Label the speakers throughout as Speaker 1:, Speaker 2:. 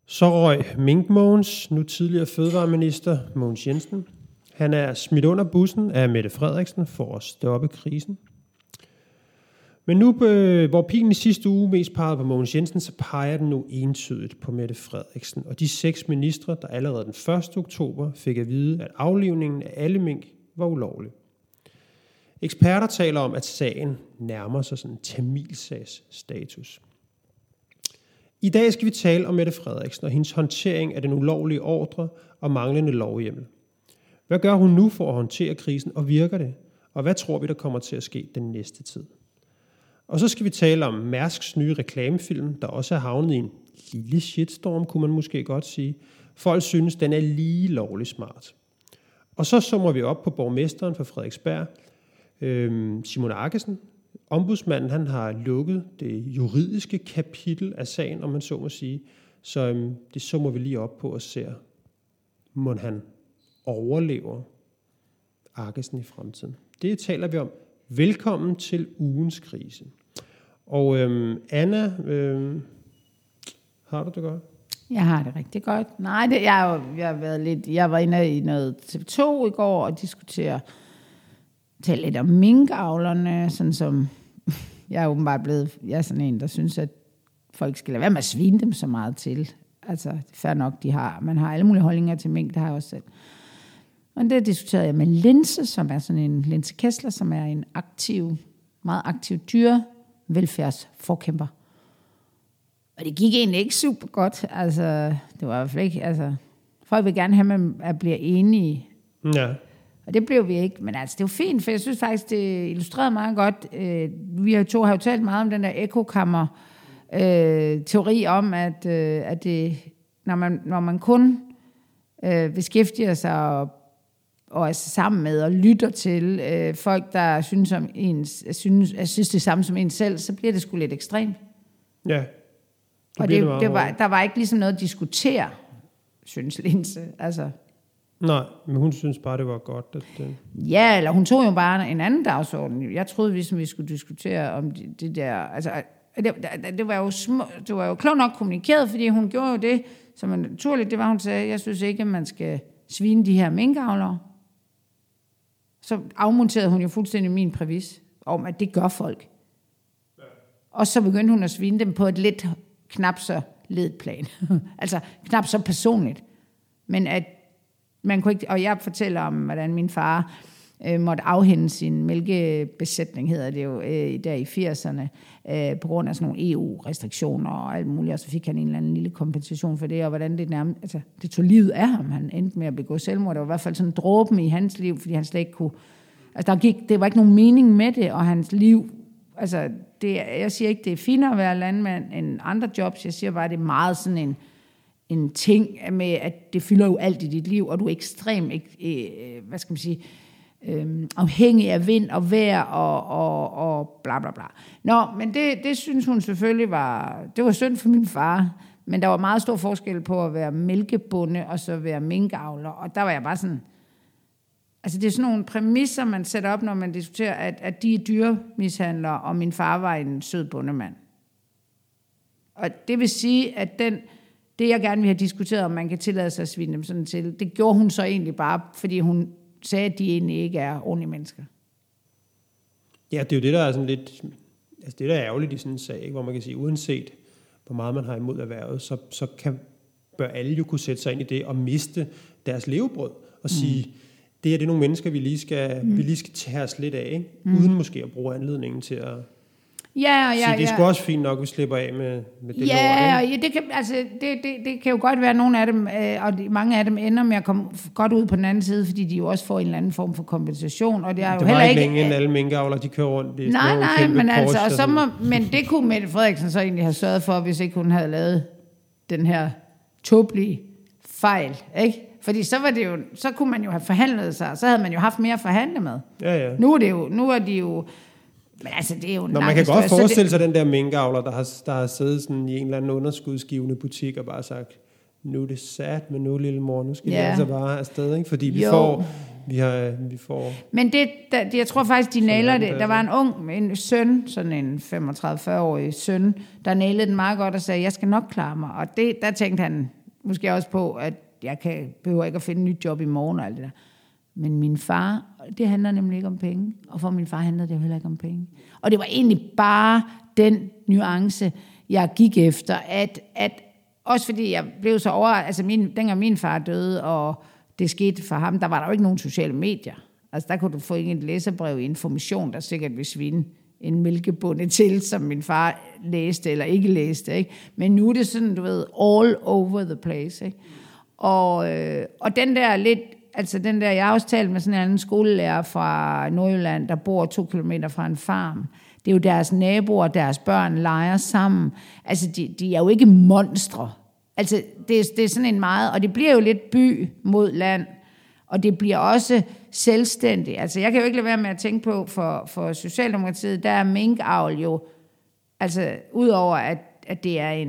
Speaker 1: Så røg Mink-Mogens, nu tidligere fødevareminister Mogens Jensen. Han er smidt under bussen af Mette Frederiksen for at stoppe krisen. Men nu, hvor pilen i sidste uge mest pegede på Mogens Jensen, så peger den nu entydigt på Mette Frederiksen. Og de 6 ministre, der allerede den 1. oktober fik at vide, at aflivningen af alle mink var ulovlig. Eksperter taler om, at sagen nærmer sig sådan en tamilsags status. I dag skal vi tale om Mette Frederiksen og hendes håndtering af den ulovlige ordre og manglende lovhjemmel. Hvad gør hun nu for at håndtere krisen, og virker det? Og hvad tror vi, der kommer til at ske den næste tid? Og så skal vi tale om Mærsks nye reklamefilm, der også er havnet i en lille shitstorm, kunne man måske godt sige. Folk synes, den er lige lovlig smart. Og så summer vi op på borgmesteren for Frederiksberg, Simon Arkesen. Ombudsmanden, han har lukket det juridiske kapitel af sagen, om man så må sige. Så det summer vi lige op på og ser, må han overlever Arkesen i fremtiden. Det taler vi om. Velkommen til ugens krise. Og Anna, har du det godt?
Speaker 2: Jeg har det rigtig godt. Nej, jeg var inde i noget TV2 i går og tale lidt om minkavlerne, sådan som jeg er åbenbart jeg er sådan en, der synes, at folk skal lade være med at svine dem så meget til. Altså, det er fair nok, man har alle mulige holdninger til mink, det har jeg også selv. Og det diskuterede jeg med Linse, som er sådan en Linse Kessler, som er en meget aktiv dyrevelfærdsforkæmper. Og det gik egentlig ikke super godt. Altså, det var i hvert fald ikke, altså, folk vil gerne have, at blive enige.
Speaker 1: Ja.
Speaker 2: Og det blev vi ikke, men altså, det var fint, for jeg synes faktisk, det illustrerede meget godt. Vi har jo talt meget om den der ekokammer-teori om, at det, når man kun beskæftiger sig og er sammen med og lytter til folk, der synes det samme som en selv, så bliver det sgu lidt ekstremt.
Speaker 1: Ja.
Speaker 2: Og der var ikke ligesom noget at diskutere, synes Linse. Altså.
Speaker 1: Nej, men hun synes bare, det var godt.
Speaker 2: Ja, eller hun tog jo bare en anden dagsorden. Jeg troede, vi skulle diskutere om det der. Altså, det var jo klogt nok kommunikeret, fordi hun gjorde jo det, som er naturligt. Det var, hun sagde, jeg synes ikke, at man skal svine de her minkavlere. Så afmonterede hun jo fuldstændig min præmis om, at det gør folk. Ja. Og så begyndte hun at svine dem på et lidt knap så ledt plan. Altså knap så personligt. Men at man kunne ikke, og jeg fortæller om, hvordan min far måtte afhænde sin mælkebesætning, hedder det jo, der i 80'erne, på grund af sådan nogle EU-restriktioner og alt muligt, og så fik han en eller anden lille kompensation for det, og hvordan det nærmest, altså det tog livet af ham, han endte med at begå selvmord, der var i hvert fald sådan en dråben i hans liv, fordi han slet ikke kunne, altså det var ikke nogen mening med det, og hans liv, altså jeg siger ikke, det er finere at være landmand end andre jobs, jeg siger bare, det er meget sådan en ting med, at det fylder jo alt i dit liv, og du er ekstremt, hvad skal man sige, afhængig af vind og vejr og bla bla bla. Nå, men det synes hun selvfølgelig det var synd for min far, men der var meget stor forskel på at være mælkebonde og så være minkavler, og der var jeg bare sådan, altså det er sådan nogle præmisser, man sætter op, når man diskuterer, at de er dyremishandlere, og min far var en sød bondemand. Og det vil sige, at det jeg gerne vil have diskuteret, om man kan tillade sig at svine dem sådan til, det gjorde hun så egentlig bare, fordi hun sagde, at de egentlig ikke er ordentlige mennesker.
Speaker 1: Ja, det er jo det, der er sådan lidt, altså det der er ærgerligt i sådan en sag, ikke? Hvor man kan sige, uanset hvor meget man har imod erhvervet, så bør alle jo kunne sætte sig ind i det og miste deres levebrød og sige, det er nogle mennesker, vi lige skal tage os lidt af, ikke? Uden måske at bruge anledningen til at sige, det er sgu også fint nok, at vi slipper af med det lort.
Speaker 2: Ja, det kan jo godt være, at nogle af dem, og mange af dem ender med at komme godt ud på den anden side, fordi de jo også får en eller anden form for kompensation. Og det er jo heller ikke længe,
Speaker 1: end alle minkavlere, de kører rundt.
Speaker 2: Nej, men altså, men det kunne Mette Frederiksen så egentlig have sørget for, hvis ikke hun havde lavet den her tåbelige fejl, ikke? Fordi så kunne man jo have forhandlet sig, så havde man jo haft mere at forhandle med.
Speaker 1: Ja.
Speaker 2: Nu er de jo men altså, det er jo
Speaker 1: man kan godt forestille sig den der minkavler, der har siddet sådan i en eller anden underskudsgivende butik og bare sagt, nu er det sat med nu, lille mor, nu skal vi altså bare afsted, ikke? Fordi vi får... Men
Speaker 2: jeg tror faktisk, de nailer det. Der var en søn, sådan en 35-40-årig søn, der nailede den meget godt og sagde, jeg skal nok klare mig. Og der tænkte han, måske også på, at jeg behøver ikke at finde et nyt job i morgen og alt det der. Men min far, det handler nemlig ikke om penge. Og for min far handlede det jo heller ikke om penge. Og det var egentlig bare den nuance, jeg gik efter. At også fordi jeg blev så dengang min far døde, og det skete for ham, der var der jo ikke nogen sociale medier. Altså der kunne du få et læserbrev i Information, der sikkert vil svinde en mælkebonde til, som min far læste eller ikke læste. Ikke? Men nu er det sådan, du ved, all over the place. Ikke? Og den der lidt, altså den der, jeg har også talt med sådan en anden skolelærer fra Nordjylland, der bor 2 kilometer fra en farm. Det er jo deres naboer, deres børn leger sammen. Altså de er jo ikke monstre. Altså det er sådan en meget, og det bliver jo lidt by mod land. Og det bliver også selvstændigt. Altså, jeg kan jo ikke lade være med at tænke på, for Socialdemokratiet, der er minkavl jo, altså, udover at det er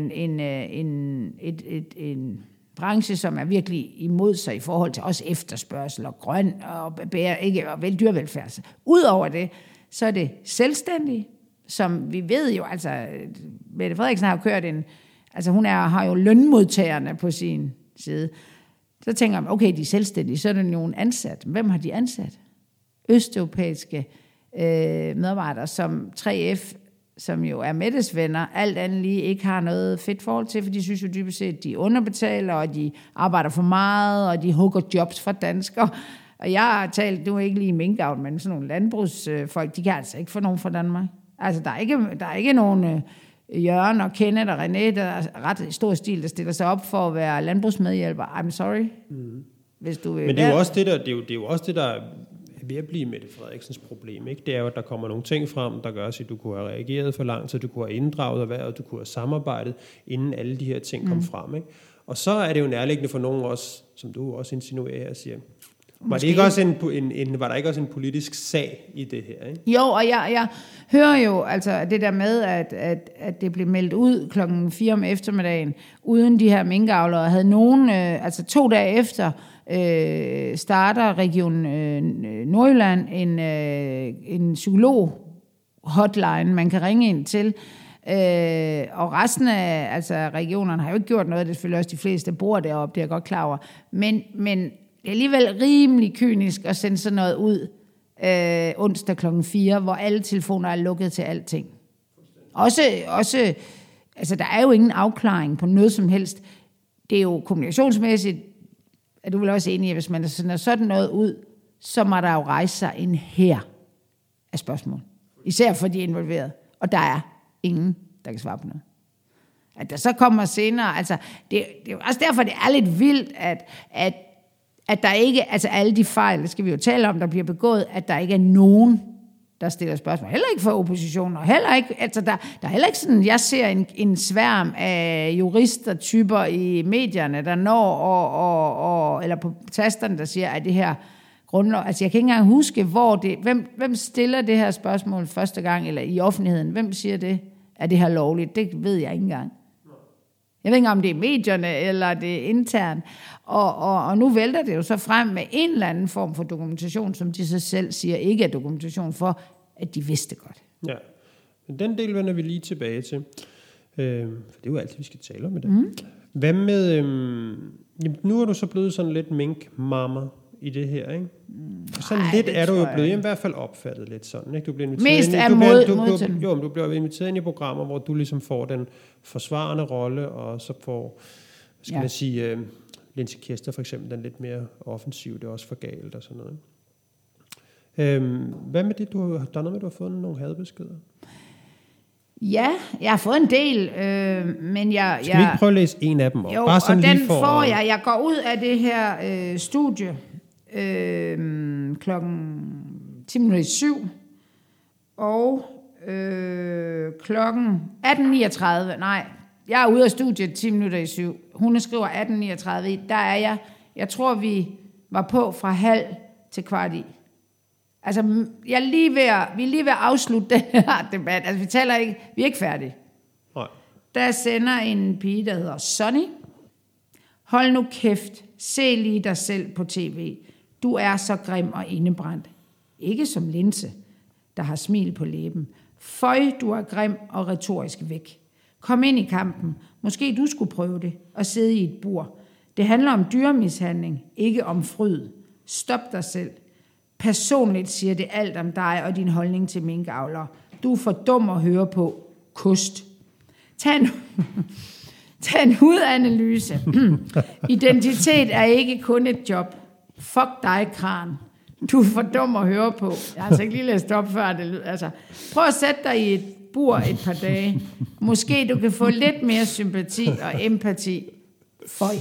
Speaker 2: en branche, som er virkelig imod sig i forhold til også efterspørgsel og grøn og dyrevelfærd. Udover det, så er det selvstændigt, som vi ved jo, altså, Mette Frederiksen har jo kørt hun har jo lønmodtagerne på sin side. Så tænker man, okay, de er selvstændige, så er der nogen ansat. Hvem har de ansat? Østeuropæiske medarbejdere, som 3F, som jo er Mettes venner, alt andet lige ikke har noget fedt forhold til, for de synes jo dybest set, at de underbetaler, og de arbejder for meget, og de hugger jobs fra danskere. Og jeg har talt, nu ikke lige minkavl, men sådan nogle landbrugsfolk, de kan altså ikke få nogen fra Danmark. Altså, der er ikke nogen Jørgen og Kenneth og René, der er ret stor stil, der stiller sig op for at være landbrugsmedhjælper. I'm sorry. Hvis du vil.
Speaker 1: Men det er jo også det der, er ved at blive Mette Frederiksens problem, ikke? Det er jo, at der kommer nogle ting frem, der gør, at du kunne have reageret for langt, så du kunne have inddraget erhvervet, du kunne have samarbejdet, inden alle de her ting kom frem, ikke? Og så er det jo nærliggende for nogen også, som du også insinuerer her, siger, var der ikke også en politisk sag i det her, ikke?
Speaker 2: Jo, og jeg hører jo altså det der med, at det blev meldt ud 4:00 om eftermiddagen, uden de her minkavlere, havde nogen, 2 dage efter, starter Region Nordjylland en psykolog-hotline, man kan ringe ind til, og resten af regionerne har jo ikke gjort noget, det er selvfølgelig også de fleste, der bor deroppe, det er jeg godt klar over, men det er alligevel rimelig kynisk at sende sådan noget ud onsdag 4:00, hvor alle telefoner er lukket til alting. Også, altså der er jo ingen afklaring på noget som helst. Det er jo kommunikationsmæssigt, er du vel også enig i, at hvis man sender sådan noget ud, så må der jo rejse sig en hær af spørgsmål. Især for de involverede. Og der er ingen, der kan svare på noget. At der så kommer senere, altså det er jo også derfor, det er lidt vildt, at der ikke, altså alle de fejl, det skal vi jo tale om, der bliver begået, at der ikke er nogen, der stiller spørgsmål. Heller ikke for oppositionen, og heller ikke, altså der er heller ikke sådan, jeg ser en sværm af jurister-typer i medierne, der når, eller på tasterne, der siger, at det her grundlov, altså jeg kan ikke engang huske, hvem stiller det her spørgsmål første gang, eller i offentligheden, hvem siger det, er det her lovligt, det ved jeg ikke engang. Jeg ved ikke, om det er medierne, eller det er internt. Og nu vælter det jo så frem med en eller anden form for dokumentation, som de så selv siger ikke er dokumentation for, at de vidste godt.
Speaker 1: Ja, men den del vender vi lige tilbage til. For det er jo altid, vi skal tale om det. Hvad med... nu er du så blevet sådan lidt mink-mamma i det her, ikke? Sådan lidt er du jo blevet, i hvert fald opfattet lidt sådan, ikke? Du bliver inviteret
Speaker 2: mest
Speaker 1: ind,
Speaker 2: du
Speaker 1: bliver inviteret ind i programmer, hvor du ligesom får den forsvarende rolle, og så får, skal man sige, Linse Kester for eksempel, den lidt mere offensiv, det er også for galt og sådan noget. Hvad med det, der er noget med, du har fået nogle hadbeskeder?
Speaker 2: Ja, jeg har fået en del, men jeg...
Speaker 1: Skal vi ikke prøve at læse en af dem op?
Speaker 2: Jo,
Speaker 1: bare sådan
Speaker 2: og den
Speaker 1: lige for,
Speaker 2: får jeg. Jeg går ud af det her studie klokken 7:10, og klokken 18:39, nej, jeg er ude af studiet 10:07. Hun skriver 18:39, der er jeg. Jeg tror, vi var på fra 7:30 til 7:15. Altså, vi er lige ved at afslutte den her debat. Altså, vi er ikke færdige.
Speaker 1: Nej.
Speaker 2: Der sender en pige, der hedder Sonny. Hold nu kæft. Se lige dig selv på tv. Du er så grim og indebrændt. Ikke som Linse, der har smil på læben. Føj, du er grim og retorisk væk. Kom ind i kampen. Måske du skulle prøve det og sidde i et bur. Det handler om dyremishandling, ikke om fryd. Stop dig selv. Personligt siger det alt om dig og din holdning til minkavlere. Du er for dum at høre på. Kust. Tag en hudanalyse. Identitet er ikke kun et job. Fuck dig, Kran. Du er for dum at høre på. Jeg har altså ikke lige læst op før. Prøv at sætte dig i et bur et par dage. Måske du kan få lidt mere sympati og empati. Føj.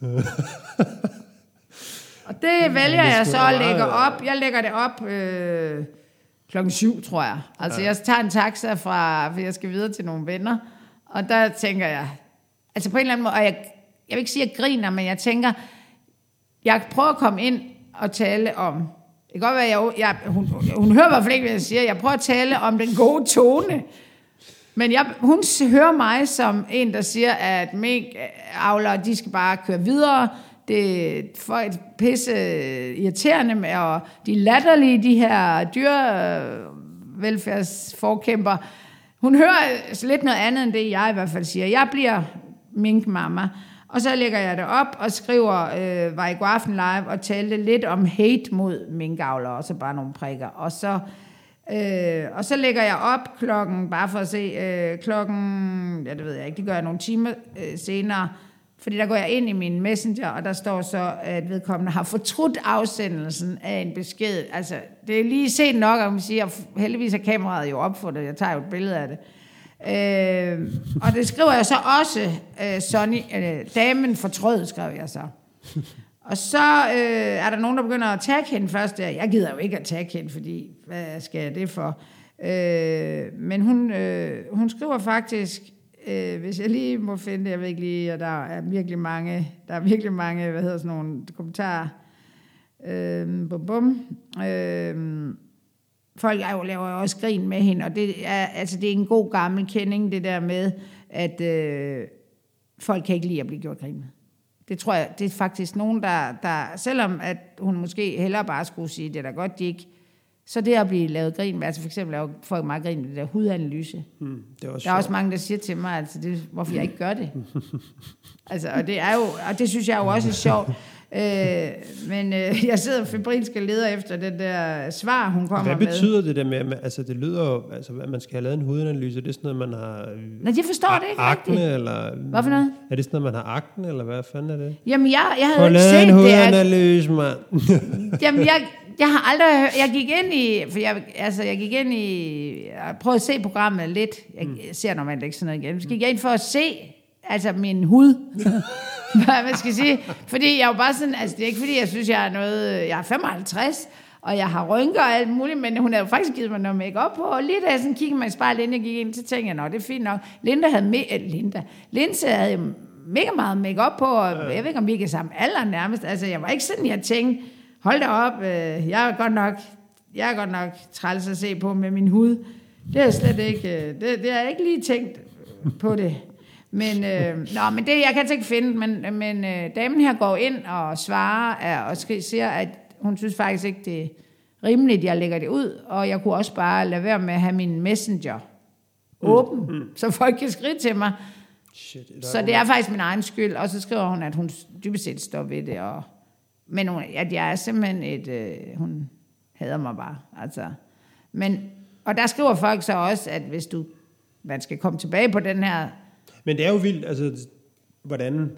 Speaker 2: Og det vælger jeg så at lægge op. Jeg lægger det op 7:00, tror jeg. Altså jeg tager en taxa for jeg skal videre til nogle venner. Og der tænker jeg, altså på en eller anden måde, og jeg vil ikke sige, at jeg griner, men jeg tænker, jeg prøver at komme ind og tale om, det kan godt være, hun hører i hvert fald ikke, hvad jeg siger, jeg prøver at tale om den gode tone, men hun hører mig som en, der siger, at minkavlere, de skal bare køre videre, det er pisse irriterende med, og de latterlige, de her dyrevelfærdsforkæmper. Hun hører lidt noget andet, end det jeg i hvert fald siger. Jeg bliver minkmamma, og så lægger jeg det op og skriver, var i går aften live, og talte lidt om hate mod minkavlere, og så bare nogle prikker. Og så lægger jeg op klokken, bare for at se, ja det ved jeg ikke, det gør jeg nogle timer senere, fordi der går jeg ind i min messenger, og der står så, at vedkommende har fortrudt afsendelsen af en besked. Altså, det er lige set nok, om man siger, og heldigvis er kameraet jo opfundet, jeg tager jo et billede af det. Og det skriver jeg så også, Sonny, damen fortrød, skrev jeg så. Og så er der nogen, der begynder at tagge hende først. Jeg gider jo ikke at tagge hende, fordi hvad skal jeg det for? Men hun skriver faktisk, hvis jeg lige må finde det, jeg ved ikke lige, og der er virkelig mange, hvad hedder sådan nogle kommentarer. Folk laver jo også grin med hende, og det er en god gammel kending, det der med, at folk kan ikke lide at blive gjort grin med. Det tror jeg, det er faktisk nogen, der selvom at hun måske hellere bare skulle sige, det er da godt, de ikke. Så det at blive lavet grin med, altså for eksempel laver folk meget grin med det der hudanalyse.
Speaker 1: Det er også
Speaker 2: der er også mange, der siger til mig, altså hvorfor jeg ikke gør det. Altså, og det er jo, og det synes jeg jo også er sjovt. Men jeg sidder febrilsk og leder efter den der svar, hun kommer med.
Speaker 1: Hvad betyder det der med, altså det lyder jo, altså at man skal have lavet en hudanalyse, det er sådan noget, man har...
Speaker 2: Nej, jeg forstår det ikke
Speaker 1: akne,
Speaker 2: rigtigt.
Speaker 1: Eller...
Speaker 2: Hvad for noget?
Speaker 1: Er det sådan noget, man har akne, eller hvad fanden er det?
Speaker 2: Jamen, jeg havde ikke set det.
Speaker 1: Få lavet en hudanalyse, mand.
Speaker 2: Jamen, jeg har aldrig hørt, jeg gik ind i, jeg prøvede at se programmet lidt, jeg ser normalt ikke sådan noget igen, så gik jeg ind for at se, altså min hud, hvad man skal sige, fordi jeg var bare sådan, altså det er ikke fordi, jeg synes, jeg er 55, og jeg har rynker og alt muligt, men hun havde jo faktisk givet mig noget make-up på, og lige da jeg sådan kiggede mig i spejlet, inden jeg gik ind, så tænkte jeg, nå, det er fint nok. Linse havde jo mega meget make-up på, og jeg ved ikke, om vi ikke er samme alder nærmest, altså jeg var ikke sådan, jeg tænkte, hold da op, jeg er godt nok træls at se på med min hud. Det er slet ikke, det har jeg ikke lige tænkt på det. Men, men det, jeg kan altså ikke finde, men damen her går ind og svarer, og siger, at hun synes faktisk ikke, det er rimeligt, jeg lægger det ud, og jeg kunne også bare lade være med at have min messenger åben, så folk kan skrive til mig. Shit, så det er faktisk min egen skyld, og så skriver hun, at hun dybest set står ved det, men at jeg er simpelthen hun hader mig bare, altså. Og der skriver folk så også, at hvis man skal komme tilbage på den her.
Speaker 1: Men det er jo vildt, altså, hvordan,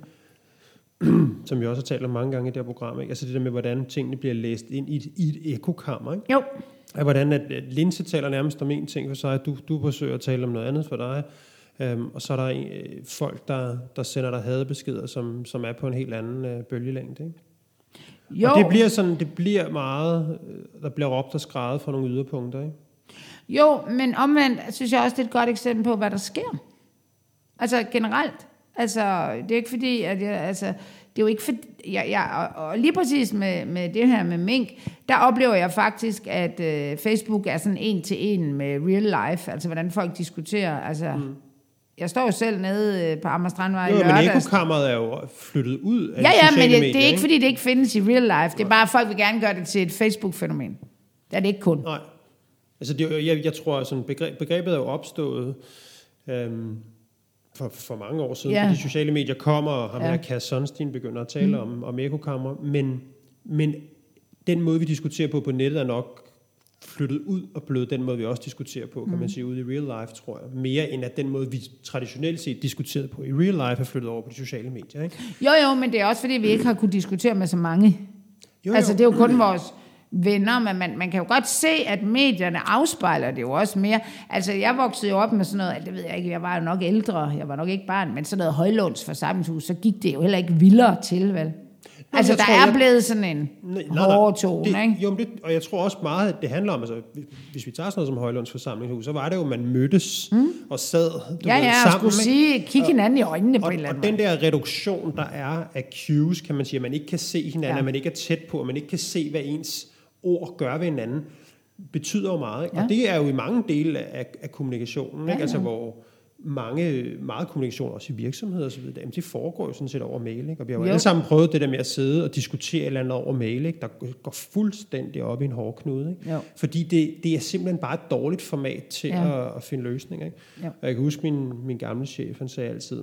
Speaker 1: som vi også har talt om mange gange i det her program, ikke? Altså det der med, hvordan tingene bliver læst ind i et ekokammer, ikke?
Speaker 2: Jo.
Speaker 1: Og hvordan at Linse taler nærmest om en ting for sig, at du forsøger at tale om noget andet for dig, og så er der folk, der sender dig hadebeskeder, som er på en helt anden bølgelængde, ikke? Jo. Og det bliver meget, der bliver råbt og skreget fra nogle yderpunkter, ikke?
Speaker 2: Jo, men omvendt synes jeg også, det er et godt eksempel på, hvad der sker. Altså generelt. Altså, det er ikke fordi, at det er jo ikke fordi, og lige præcis med det her med mink, der oplever jeg faktisk, at Facebook er sådan en til en med real life, altså hvordan folk diskuterer, altså... Jeg står jo selv nede på Amager Strandvej i lørdags.
Speaker 1: Men ekokammeret er jo flyttet ud af
Speaker 2: ja,
Speaker 1: sociale medier.
Speaker 2: Men det er ikke, fordi det ikke findes i real life. Det er bare, at folk vil gerne gøre det til et Facebook-fænomen. Det er det ikke kun.
Speaker 1: Nej. Altså, jeg tror, at begrebet er jo opstået for mange år siden, fordi sociale medier kommer, og ham der Cass Sunstein begynder at tale om ekokammer, men den måde, vi diskuterer på nettet, er nok flyttet ud og blevet den måde, vi også diskuterer på, kan man sige, ude i real life, tror jeg. Mere end at den måde, vi traditionelt set diskuterede på i real life, er flyttet over på de sociale medier, ikke?
Speaker 2: Jo, men det er også, fordi vi ikke har kunnet diskutere med så mange. Jo. Altså, det er jo kun vores venner, men man kan jo godt se, at medierne afspejler det jo også mere. Altså, jeg voksede jo op med sådan noget, det ved jeg ikke, jeg var jo nok ældre, jeg var nok ikke barn, men sådan noget Højlunds forsamlingshus, så gik det jo heller ikke vildere til, vel? Altså, der er blevet sådan en hårde tone, ikke?
Speaker 1: Jo, og jeg tror også meget, at det handler om, altså, hvis vi tager sådan noget som Højlunds forsamlingshus, så var det jo, man mødtes og sad
Speaker 2: sammen. Og skulle kigge hinanden i øjnene på en eller anden
Speaker 1: måde. Og den der reduktion, der er af cues, kan man sige, at man ikke kan se hinanden, at man ikke er tæt på, at man ikke kan se, hvad ens ord gør ved hinanden, betyder jo meget, ikke? Og det er jo i mange dele af kommunikationen, ikke? Altså, hvor meget kommunikation også i virksomheder og så videre, det foregår jo sådan set over mail, ikke? Og vi har jo alle sammen prøvet det der med at sidde og diskutere et eller andet over mail, ikke? Der går fuldstændig op i en hårdknude, ikke? Fordi det er simpelthen bare et dårligt format til at finde løsninger, ikke? Og jeg kan huske min gamle chef, han sagde altid,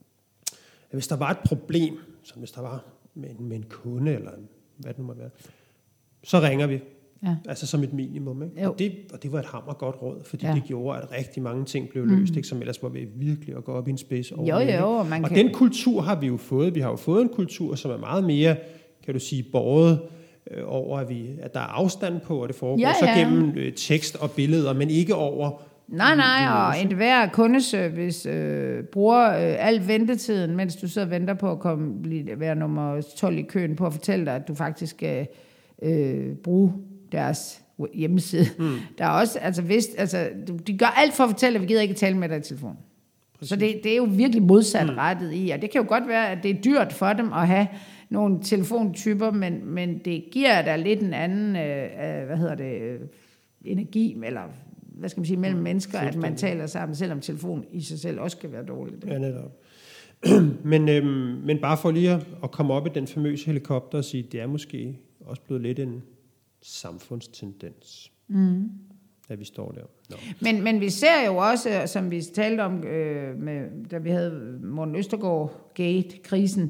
Speaker 1: at hvis der var et problem, som hvis der var med en kunde eller hvad det nu måtte være, så ringer vi. Ja. Altså som et minimum, ikke? Og det var et hammer godt råd, fordi det gjorde, at rigtig mange ting blev løst, ikke? Som ellers var ved virkelig at gå op i en spids over. Og den kultur har vi jo fået. Vi har jo fået en kultur, som er meget mere, kan du sige, båret over, at der er afstand på, og det foregår så gennem tekst og billeder, men ikke over...
Speaker 2: Nej, og enhver kundeservice bruger al ventetiden, mens du sidder og venter på at være nummer 12 i køen, på at fortælle dig, at du faktisk skal bruge deres hjemmeside. Der er også, de gør alt for at fortælle, at vi gider ikke tale med dig i telefon. Præcis. Så det er jo virkelig modsat rettet i, og det kan jo godt være, at det er dyrt for dem at have nogle telefontyper, men det giver der lidt en anden, energi, eller hvad skal man sige, mellem mennesker, at man taler sammen, selvom telefon i sig selv også kan være dårligt.
Speaker 1: Ja, netop. Men bare for lige at komme op i den famøse helikopter og sige, det er måske også blevet lidt en samfundstendens, at vi står der.
Speaker 2: Men vi ser jo også, som vi talte om, da vi havde Morten Østergaard-gate-krisen,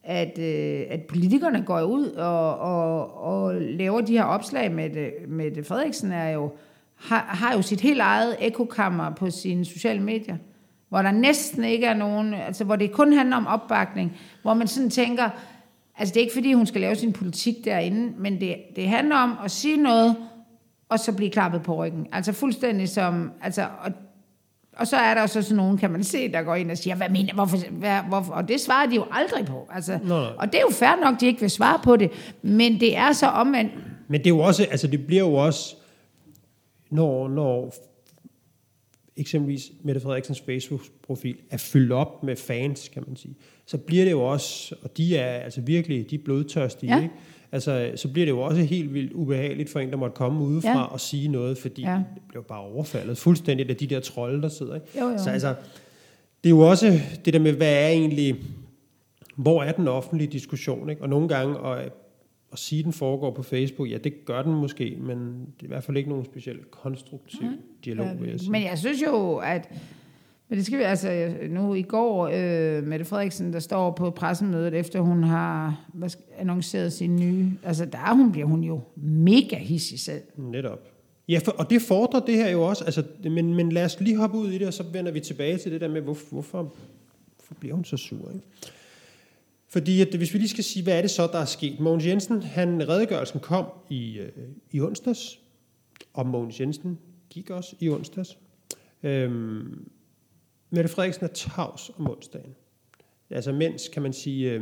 Speaker 2: at politikerne går ud og laver de her opslag med Frederiksen, har jo sit helt eget ekokammer på sine sociale medier, hvor der næsten ikke er nogen, altså hvor det kun handler om opbakning, hvor man sådan tænker, altså det er ikke fordi, hun skal lave sin politik derinde, men det handler om at sige noget, og så blive klappet på ryggen. Altså fuldstændig som, altså, og så er der så sådan nogen, kan man se, der går ind og siger, hvad mener, hvorfor? Og det svarer de jo aldrig på. Altså, og det er jo fair nok, de ikke vil svare på det, men det er så omvendt.
Speaker 1: Men det er jo også, altså det bliver jo også, når eksempelvis Mette Frederiksens Facebook-profil er fyldt op med fans, kan man sige, så bliver det jo også, og de er altså virkelig, de er blodtørstige, ikke? Altså, så bliver det jo også helt vildt ubehageligt for en, der måtte komme udefra og sige noget, fordi det blev bare overfaldet fuldstændigt af de der trolde, der sidder, ikke? Jo. Så altså, det er jo også det der med, hvad er egentlig, hvor er den offentlige diskussion, ikke? Og nogle gange, at sige, den foregår på Facebook, ja, det gør den måske, men det er i hvert fald ikke nogen specielt konstruktiv dialog, vil jeg sige.
Speaker 2: Men jeg synes jo, at men det skal vi, altså nu i går, Mette Frederiksen, der står på pressemødet, efter hun har annonceret sin nye, altså bliver hun jo mega hissig selv.
Speaker 1: Netop. Ja, og det fordrer det her jo også, altså, men lad os lige hoppe ud i det, og så vender vi tilbage til det der med, hvorfor bliver hun så sur, ikke? Fordi at, hvis vi lige skal sige, hvad er det så, der er sket? Mogens Jensen, redegørelsen kom i onsdags, og Mogens Jensen gik også i onsdags. Mette Frederiksen er tavs om onsdagen. Altså mens, kan man sige,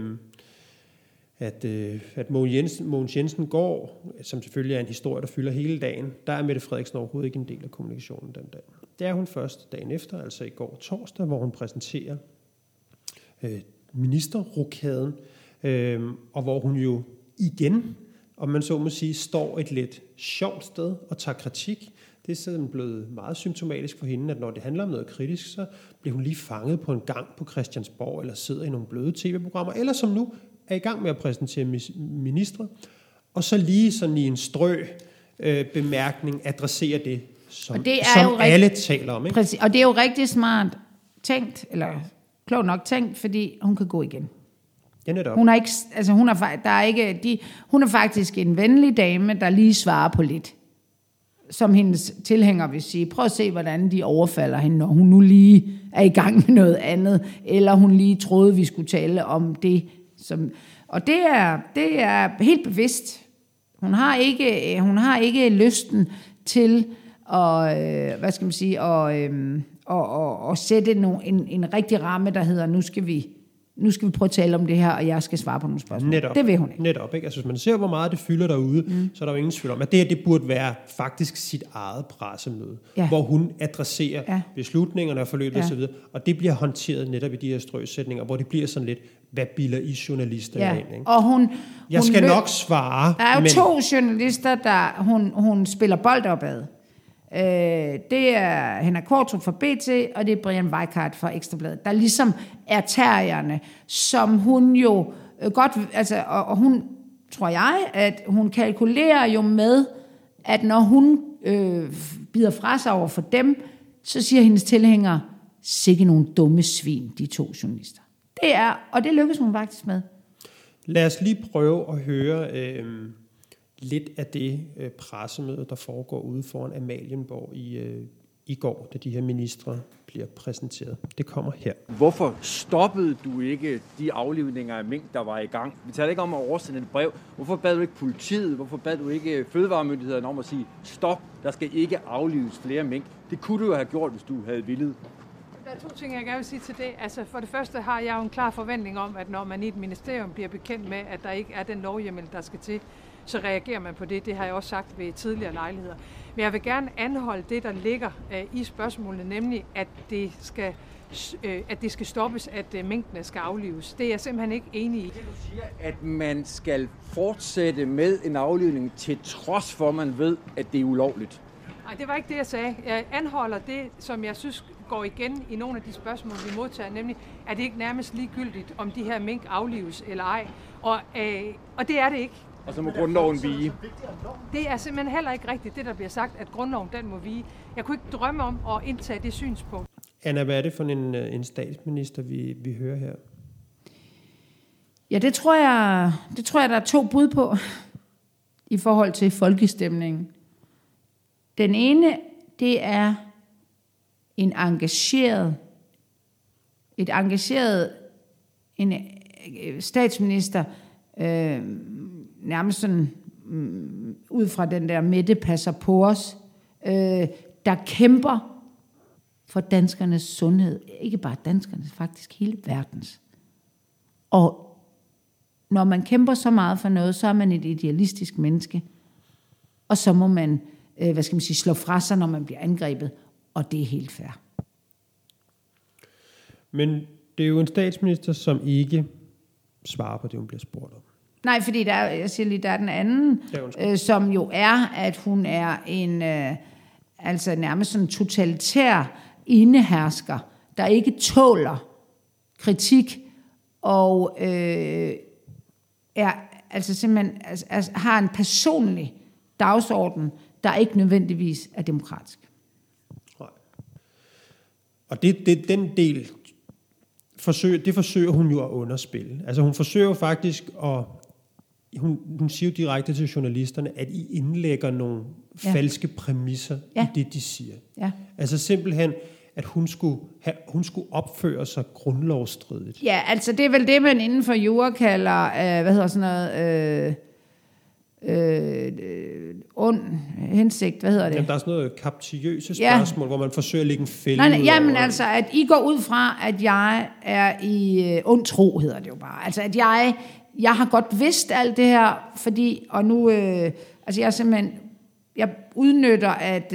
Speaker 1: at Mogens Jensen går, som selvfølgelig er en historie, der fylder hele dagen, der er Mette Frederiksen overhovedet ikke en del af kommunikationen den dag. Det er hun først dagen efter, altså i går torsdag, hvor hun præsenterer ministerrokaden, og hvor hun jo igen, om man så må sige, står et lidt sjovt sted og tager kritik. Det er sådan blevet meget symptomatisk for hende, at når det handler om noget kritisk, så bliver hun lige fanget på en gang på Christiansborg, eller sidder i nogle bløde tv-programmer, eller som nu er i gang med at præsentere ministre, og så lige sådan i en bemærkning adresserer det, som alle taler om. Ikke?
Speaker 2: Præcis, og det er jo rigtig smart tænkt, eller klogt nok tænkt, fordi hun kan gå igen.
Speaker 1: Ja, netop.
Speaker 2: Hun er ikke, altså hun er faktisk en venlig dame, der lige svarer på lidt. Som hendes tilhænger vil sige, prøv at se, hvordan de overfalder hende, når hun nu lige er i gang med noget andet, eller hun lige troede, vi skulle tale om det. Og det er helt bevidst. Hun har ikke lysten til at, at sætte en rigtig ramme, der hedder, nu skal vi prøve at tale om det her, og jeg skal svare på nogle spørgsmål.
Speaker 1: Netop,
Speaker 2: det vil hun ikke.
Speaker 1: Netop, ikke? Altså, hvis man ser, hvor meget det fylder derude, så er der jo ingen tvivl om, at det burde være faktisk sit eget pressemøde, hvor hun adresserer beslutningerne og forløbet osv., og det bliver håndteret netop i de her strøsætninger, hvor det bliver sådan lidt, hvad bilder I journalister ind? Ikke?
Speaker 2: Og
Speaker 1: jeg skal nok svare.
Speaker 2: Der er jo 2 journalister, der hun spiller bold opad. Det er Henrik Qvortrup fra BT, og det er Brian Weikart fra Ekstra Bladet, der ligesom er terrierne, som hun jo godt, altså, og hun, tror jeg, at hun kalkulerer jo med, at når hun bider fra sig over for dem, så siger hendes tilhængere, sikke nogle dumme svin, de 2 journalister. Og det lykkes hun faktisk med.
Speaker 1: Lad os lige prøve at høre lidt af det pressemøde, der foregår ude foran Amalienborg i går, da de her ministre bliver præsenteret. Det kommer her.
Speaker 3: Hvorfor stoppede du ikke de aflivninger af mink, der var i gang? Vi taler ikke om at oversende et brev. Hvorfor bad du ikke politiet? Hvorfor bad du ikke fødevaremyndighederne om at sige, stop, der skal ikke aflives flere mink? Det kunne du jo have gjort, hvis du havde villet.
Speaker 4: Der er 2 ting, jeg gerne vil sige til det. Altså for det første har jeg jo en klar forventning om, at når man i et ministerium bliver bekendt med, at der ikke er den lovhjemmel, der skal til, så reagerer man på det. Det har jeg også sagt ved tidligere lejligheder. Men jeg vil gerne anholde det, der ligger i spørgsmålet, nemlig at det skal stoppes, at minkene skal aflives. Det er jeg simpelthen ikke enig i.
Speaker 3: Det du siger, at man skal fortsætte med en aflivning, til trods for, at man ved, at det er ulovligt.
Speaker 4: Nej, det var ikke det, jeg sagde. Jeg anholder det, som jeg synes går igen i nogle af de spørgsmål, vi modtager, nemlig, er det ikke nærmest ligegyldigt, om de her mink aflives eller ej? Og det er det ikke.
Speaker 3: Og så må grundloven vige.
Speaker 4: Det er simpelthen heller ikke rigtigt, det der bliver sagt, at grundloven den må vige. Jeg kunne ikke drømme om at indtage det synspunkt.
Speaker 1: Anna, hvad er det for en statsminister, vi hører her?
Speaker 2: Ja, det tror jeg, der er 2 bud på i forhold til folkestemningen. Den ene, det er en statsminister, nærmest sådan ud fra den der Mette passer på os, der kæmper for danskernes sundhed. Ikke bare danskernes, faktisk hele verdens. Og når man kæmper så meget for noget, så er man et idealistisk menneske. Og så må man, slå fra sig, når man bliver angrebet. Og det er helt fair.
Speaker 1: Men det er jo en statsminister, som ikke svarer på det, hun bliver spurgt om.
Speaker 2: Nej, fordi der er den anden, som jo er, at hun er en, nærmest sådan totalitær indehersker, der ikke tåler kritik, og har en personlig dagsorden, der ikke nødvendigvis er demokratisk.
Speaker 1: Nej. Og den del forsøger hun jo at underspille. Altså hun forsøger faktisk at hun siger jo direkte til journalisterne, at I indlægger nogle falske præmisser i det, de siger. Ja. Altså simpelthen, at hun skulle opføre sig grundlovsstridigt.
Speaker 2: Ja, altså det er vel det, man inden for jura kalder, ond hensigt, hvad hedder det?
Speaker 1: Jamen, der er sådan noget kaptiøse spørgsmål, hvor man forsøger at lægge en fælde ud over.
Speaker 2: Jamen altså, at I går ud fra, at jeg er i ond tro, hedder det jo bare. Altså, at jeg har godt vidst alt det her, fordi, og nu, jeg udnytter, at,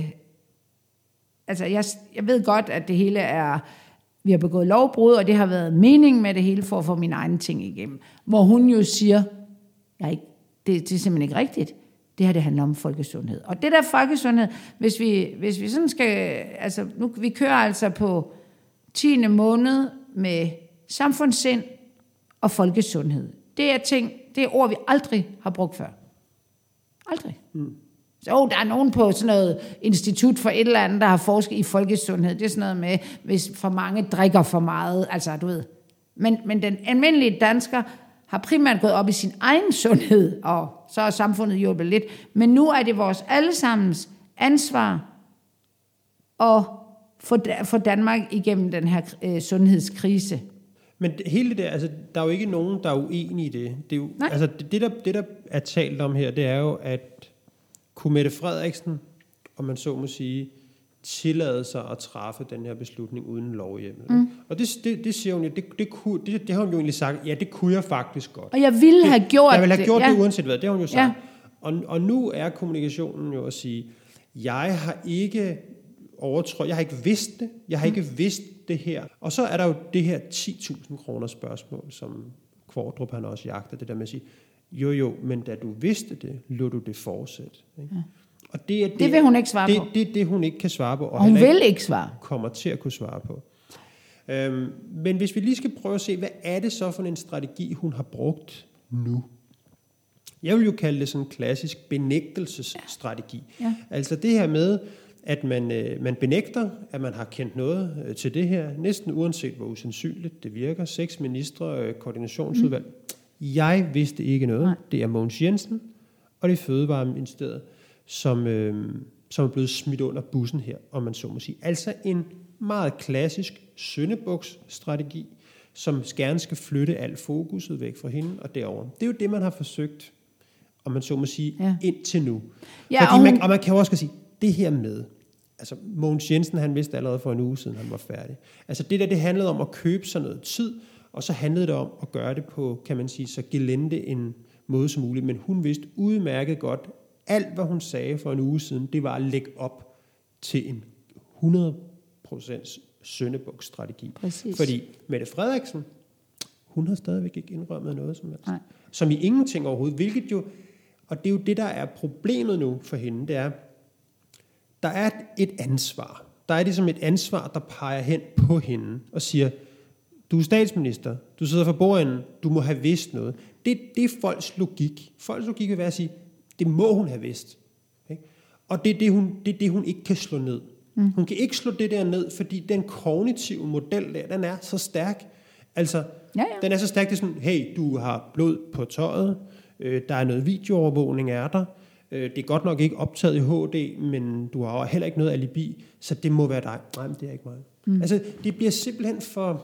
Speaker 2: jeg ved godt, at det hele er, vi har begået lovbrud, og det har været meningen med det hele, for at få mine egne ting igennem. Hvor hun jo siger, det er simpelthen ikke rigtigt. Det her, det handler om folkesundhed. Og det der folkesundhed, hvis vi sådan skal, vi kører altså på 10. måned med samfundssind og folkesundhed. Det er ord, vi aldrig har brugt før. Aldrig. Så der er nogen på sådan noget institut for et eller andet, der har forsket i folkesundhed. Det er sådan noget med, hvis for mange drikker for meget, altså du ved. Men den almindelige dansker har primært gået op i sin egen sundhed, og så er samfundet hjulpet lidt. Men nu er det vores allesammens ansvar at få Danmark igennem den her sundhedskrise.
Speaker 1: Men hele det der, altså, der er jo ikke nogen, der er uenige i det. Det er jo, altså, det, der er talt om her, det er jo, at kunne Mette Frederiksen, om man så må sige, tillade sig at træffe den her beslutning uden lovhjemmel. Og det siger hun jo, det har hun jo egentlig sagt, ja, det kunne jeg faktisk godt.
Speaker 2: Og jeg ville have gjort det.
Speaker 1: Jeg ville have gjort det uanset hvad, det har hun jo sagt. Ja. Og nu er kommunikationen jo at sige, jeg har ikke overtrådt, jeg har ikke vidst det, jeg har ikke vidst det her. Og så er der jo det her 10.000 kroner spørgsmål, som Qvortrup han også jagter, det der med at sige, jo, men da du vidste det, lod du det fortsætte. Ikke? Ja. Og det
Speaker 2: vil hun ikke svare på.
Speaker 1: Det er det, hun ikke kan svare på. Og
Speaker 2: hun vil ikke svare.
Speaker 1: Kommer til at kunne svare på. Men hvis vi lige skal prøve at se, hvad er det så for en strategi, hun har brugt nu? Jeg vil jo kalde det sådan en klassisk benægtelsesstrategi. Ja. Altså det her med, at man benægter, at man har kendt noget til det her, næsten uanset hvor usandsynligt det virker. 6 ministre, koordinationsudvalg. Jeg vidste ikke noget. Nej. Det er Mogens Jensen, og det er Fødevareministeriet, som er blevet smidt under bussen her, om man så må sige. Altså en meget klassisk syndebuksstrategi, som gerne skal flytte alt fokuset væk fra hende og derover. Det er jo det, man har forsøgt, om man så må sige, indtil nu. Ja, fordi og man kan jo også sige, det her med, altså Mogens Jensen, han vidste allerede for en uge siden, han var færdig. Altså det handlede om at købe sig noget tid, og så handlede det om at gøre det på, kan man sige, så gelinde en måde som muligt. Men hun vidste udmærket godt, alt hvad hun sagde for en uge siden, det var at lægge op til en 100% syndebuksstrategi. Fordi Mette Frederiksen, hun har stadigvæk ikke indrømmet noget som helst. Nej. Som i ingenting overhovedet, hvilket jo, og det er jo det, der er problemet nu for hende, det er, der er et ansvar. Der er ligesom et ansvar, der peger hen på hende og siger, du er statsminister, du sidder for bordenden, du må have vidst noget. Det er folks logik. Folks logik vil være at sige, det må hun have vidst. Okay? Og det er det, hun ikke kan slå ned. Hun kan ikke slå det der ned, fordi den kognitive model der, den er så stærk. Altså, den er så stærk, det er sådan, hey, du har blod på tøjet, der er noget videoovervågning af dig, det er godt nok ikke optaget i HD, men du har heller ikke noget alibi, så det må være dig. Nej, men det er ikke mig. Altså, det bliver simpelthen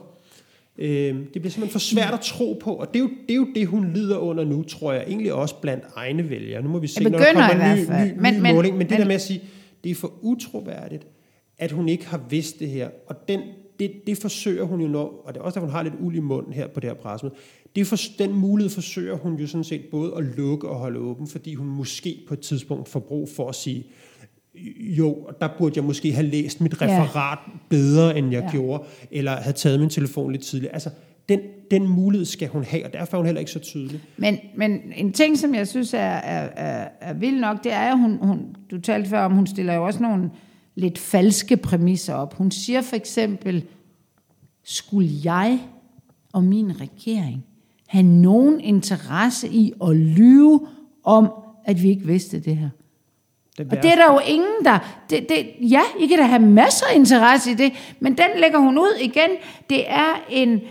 Speaker 1: for svært at tro på, og det er jo det, hun lider under nu, tror jeg, egentlig også blandt egne vælgere. Nu må vi se, når der kommer en ny måling, men det der med at sige, det er for utroværdigt, at hun ikke har vidst det her, og det forsøger hun jo når, og det er også, at hun har lidt uld i munden her på det her pressemøde, den mulighed forsøger hun jo sådan set både at lukke og holde åben, fordi hun måske på et tidspunkt får brug for at sige, jo, der burde jeg måske have læst mit referat bedre, end jeg gjorde, eller have taget min telefon lidt tidligere. Altså, den mulighed skal hun have, og derfor er hun heller ikke så tydelig.
Speaker 2: Men en ting, som jeg synes er vild nok, det er, at hun du talte før om, hun stiller jo også nogle lidt falske præmisser op. Hun siger for eksempel, skulle jeg og min regering have nogen interesse i at lyve om, at vi ikke vidste det her? Og det er der jo ingen, der... Ja, I kan da have masser af interesse i det, men den lægger hun ud igen. Det er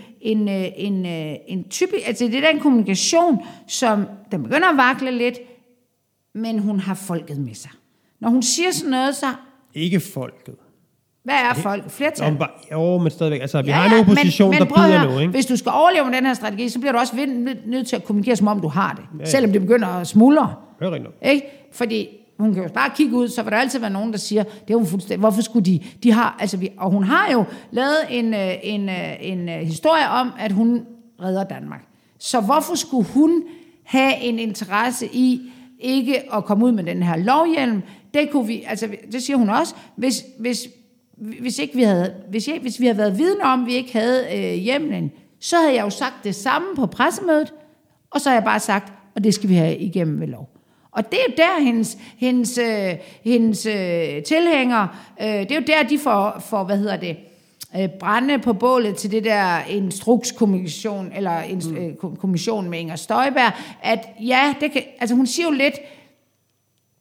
Speaker 2: en type... Altså, det er den kommunikation, som den begynder at vakle lidt, men hun har folket med sig. Når hun siger sådan noget, så...
Speaker 1: Ikke folket.
Speaker 2: Hvad er folk? Flertal?
Speaker 1: Jo, men stadigvæk. Altså, vi har en opposition, der byder nu, ikke?
Speaker 2: Hvis du skal overleve med den her strategi, så bliver du også nødt til at kommunikere, som om du har det. Ja. Selvom det begynder at smuldre.
Speaker 1: Det er rigtigt.
Speaker 2: Ikke? Fordi hun kan jo bare kigge ud, så vil der altid være nogen, der siger, det er jo fuldstændig, hvorfor skulle de har, altså og hun har jo lavet en historie om, at hun redder Danmark. Så hvorfor skulle hun have en interesse i ikke at komme ud med den her lovhjelm? Det kunne vi, altså det siger hun også, hvis vi havde været vidne om, vi ikke havde hjemlen, så havde jeg jo sagt det samme på pressemødet, og så har jeg bare sagt, og det skal vi have igennem ved lov. Og det er jo der, hendes tilhængere, det er jo der, de får brænde på bålet til det der instrukskommission, eller kommission med Inger Støjberg, at ja, det kan, altså hun siger jo lidt,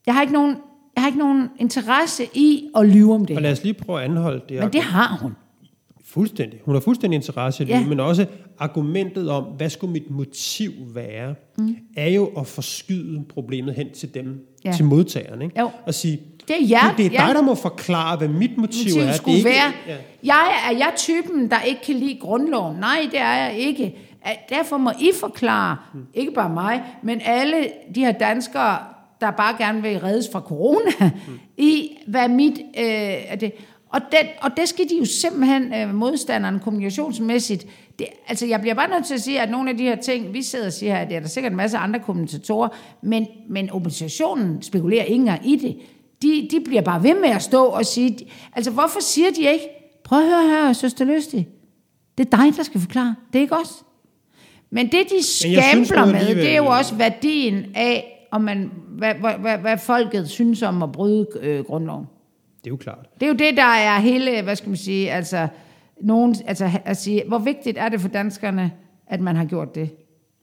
Speaker 2: Jeg har ikke nogen interesse i at lyve om det.
Speaker 1: Og lad os lige prøve at anholde det.
Speaker 2: Men det har hun.
Speaker 1: Fuldstændig. Hun har fuldstændig interesse i det, men også argumentet om, hvad skulle mit motiv være, er jo at forskyde problemet hen til dem, til modtagerne. Ikke? Og sige, det er dig, der må forklare, hvad mit motiv er.
Speaker 2: Skulle det være. Ja. Er jeg typen, der ikke kan lide grundloven? Nej, det er jeg ikke. Derfor må I forklare, ikke bare mig, men alle de her danskere, der bare gerne vil reddes fra corona, i hvad mit er det. Og det skal de jo simpelthen modstanderne kommunikationsmæssigt. Altså jeg bliver bare nødt til at sige, at nogle af de her ting, vi sidder og siger her, det er der sikkert en masse andre kommentatorer, men oppositionen spekulerer ikke engang i det. De bliver bare ved med at stå og sige, altså hvorfor siger de ikke, prøv at høre her, søster Løstig, det er dig, der skal forklare, det er ikke os. Men det de skambler med, det er jo også værdien af, om man, hvad folket synes om at bryde grundloven.
Speaker 1: Det er jo klart.
Speaker 2: Det er jo det, der er hele, hvad skal man sige, altså at sige, hvor vigtigt er det for danskerne, at man har gjort det?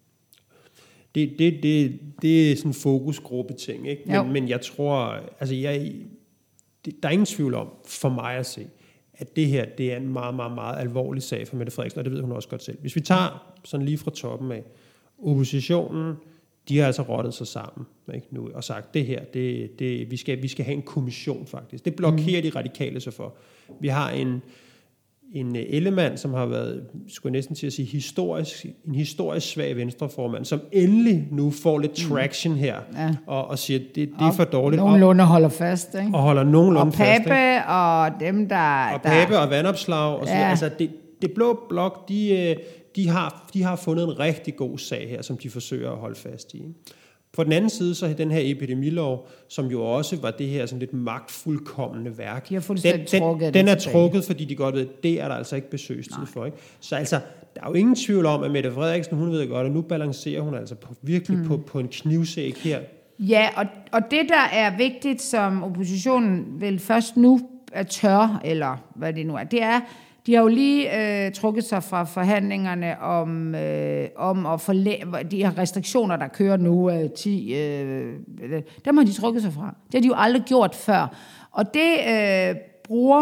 Speaker 1: Det er sådan en fokusgruppe ting, ikke? Men jeg tror, altså der er ingen tvivl om, for mig at se, at det her, det er en meget, meget, meget alvorlig sag for Mette Frederiksen, og det ved hun også godt selv. Hvis vi tager sådan lige fra toppen af oppositionen, de har altså rottet sig sammen, ikke, nu, og sagt, det her, vi skal have en kommission faktisk. Det blokerer de radikale sig for. Vi har en Ellemann, som har været, skulle jeg næsten til at sige, en historisk svag venstreformand, som endelig nu får lidt traction her, og siger, det er for dårligt.
Speaker 2: Nogenlunde holder fast, ikke?
Speaker 1: Og holder nogenlunde fast.
Speaker 2: Og Pape, og dem, der...
Speaker 1: Og Pape og vandopslag, og så, altså det blå blok, de har fundet en rigtig god sag her, som de forsøger at holde fast i. På den anden side, så er den her epidemilov, som jo også var det her sådan lidt magtfuldkommende værk.
Speaker 2: De har fuldstændig
Speaker 1: den er trukket, fordi de godt ved, at det er der altså ikke besøgstid for. Ikke? Så altså, der er jo ingen tvivl om, at Mette Frederiksen, hun ved godt, at nu balancerer hun altså virkelig på en knivsæg her.
Speaker 2: Ja, og det, der er vigtigt, som oppositionen vel først nu er tør, eller hvad det nu er, det er, de har jo lige trukket sig fra forhandlingerne om at forlænge de her restriktioner, der kører nu, 10, dem har de trukket sig fra. Det har de jo aldrig gjort før. Og det bruger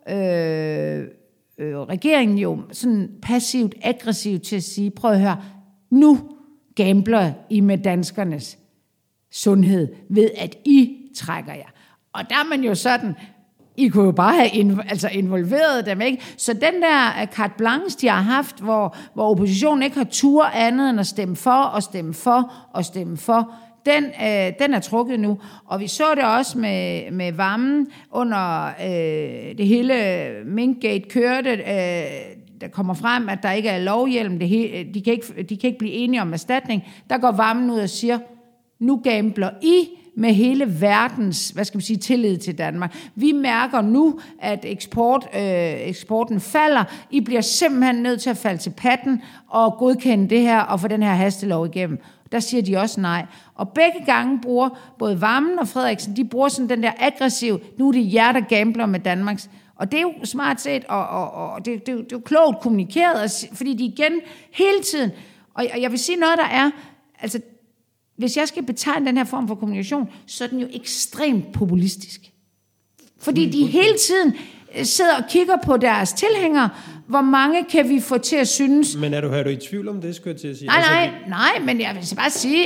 Speaker 2: regeringen jo sådan passivt, aggressivt til at sige, prøv at høre, nu gambler I med danskernes sundhed ved, at I trækker jer. Og der er man jo sådan... I kunne jo bare have involveret dem, ikke? Så den der carte blanche, de har haft, hvor oppositionen ikke har tur andet end at stemme for, og stemme for, og stemme for, den er trukket nu. Og vi så det også med Vammen under det hele Minkgate kørte, der kommer frem, at der ikke er lovhjelm, de kan ikke blive enige om erstatning. Der går Vammen ud og siger, nu gambler I med hele verdens, hvad skal man sige, tillid til Danmark. Vi mærker nu, at eksporten falder. I bliver simpelthen nødt til at falde til patten og godkende det her og få den her hastelov igennem. Der siger de også nej. Og begge gange bruger både Vammen og Frederiksen, de bruger sådan den der aggressiv, nu er det jer, der gambler med Danmarks. Og det er jo smart set, og det er jo klogt kommunikeret, fordi de igen hele tiden, og jeg vil sige noget, der er, altså hvis jeg skal betegne den her form for kommunikation, så er den jo ekstremt populistisk. Fordi de hele tiden sidder og kigger på deres tilhængere, hvor mange kan vi få til at synes... Men
Speaker 1: er du i tvivl om det, skulle jeg til at sige?
Speaker 2: Nej, men jeg vil bare sige,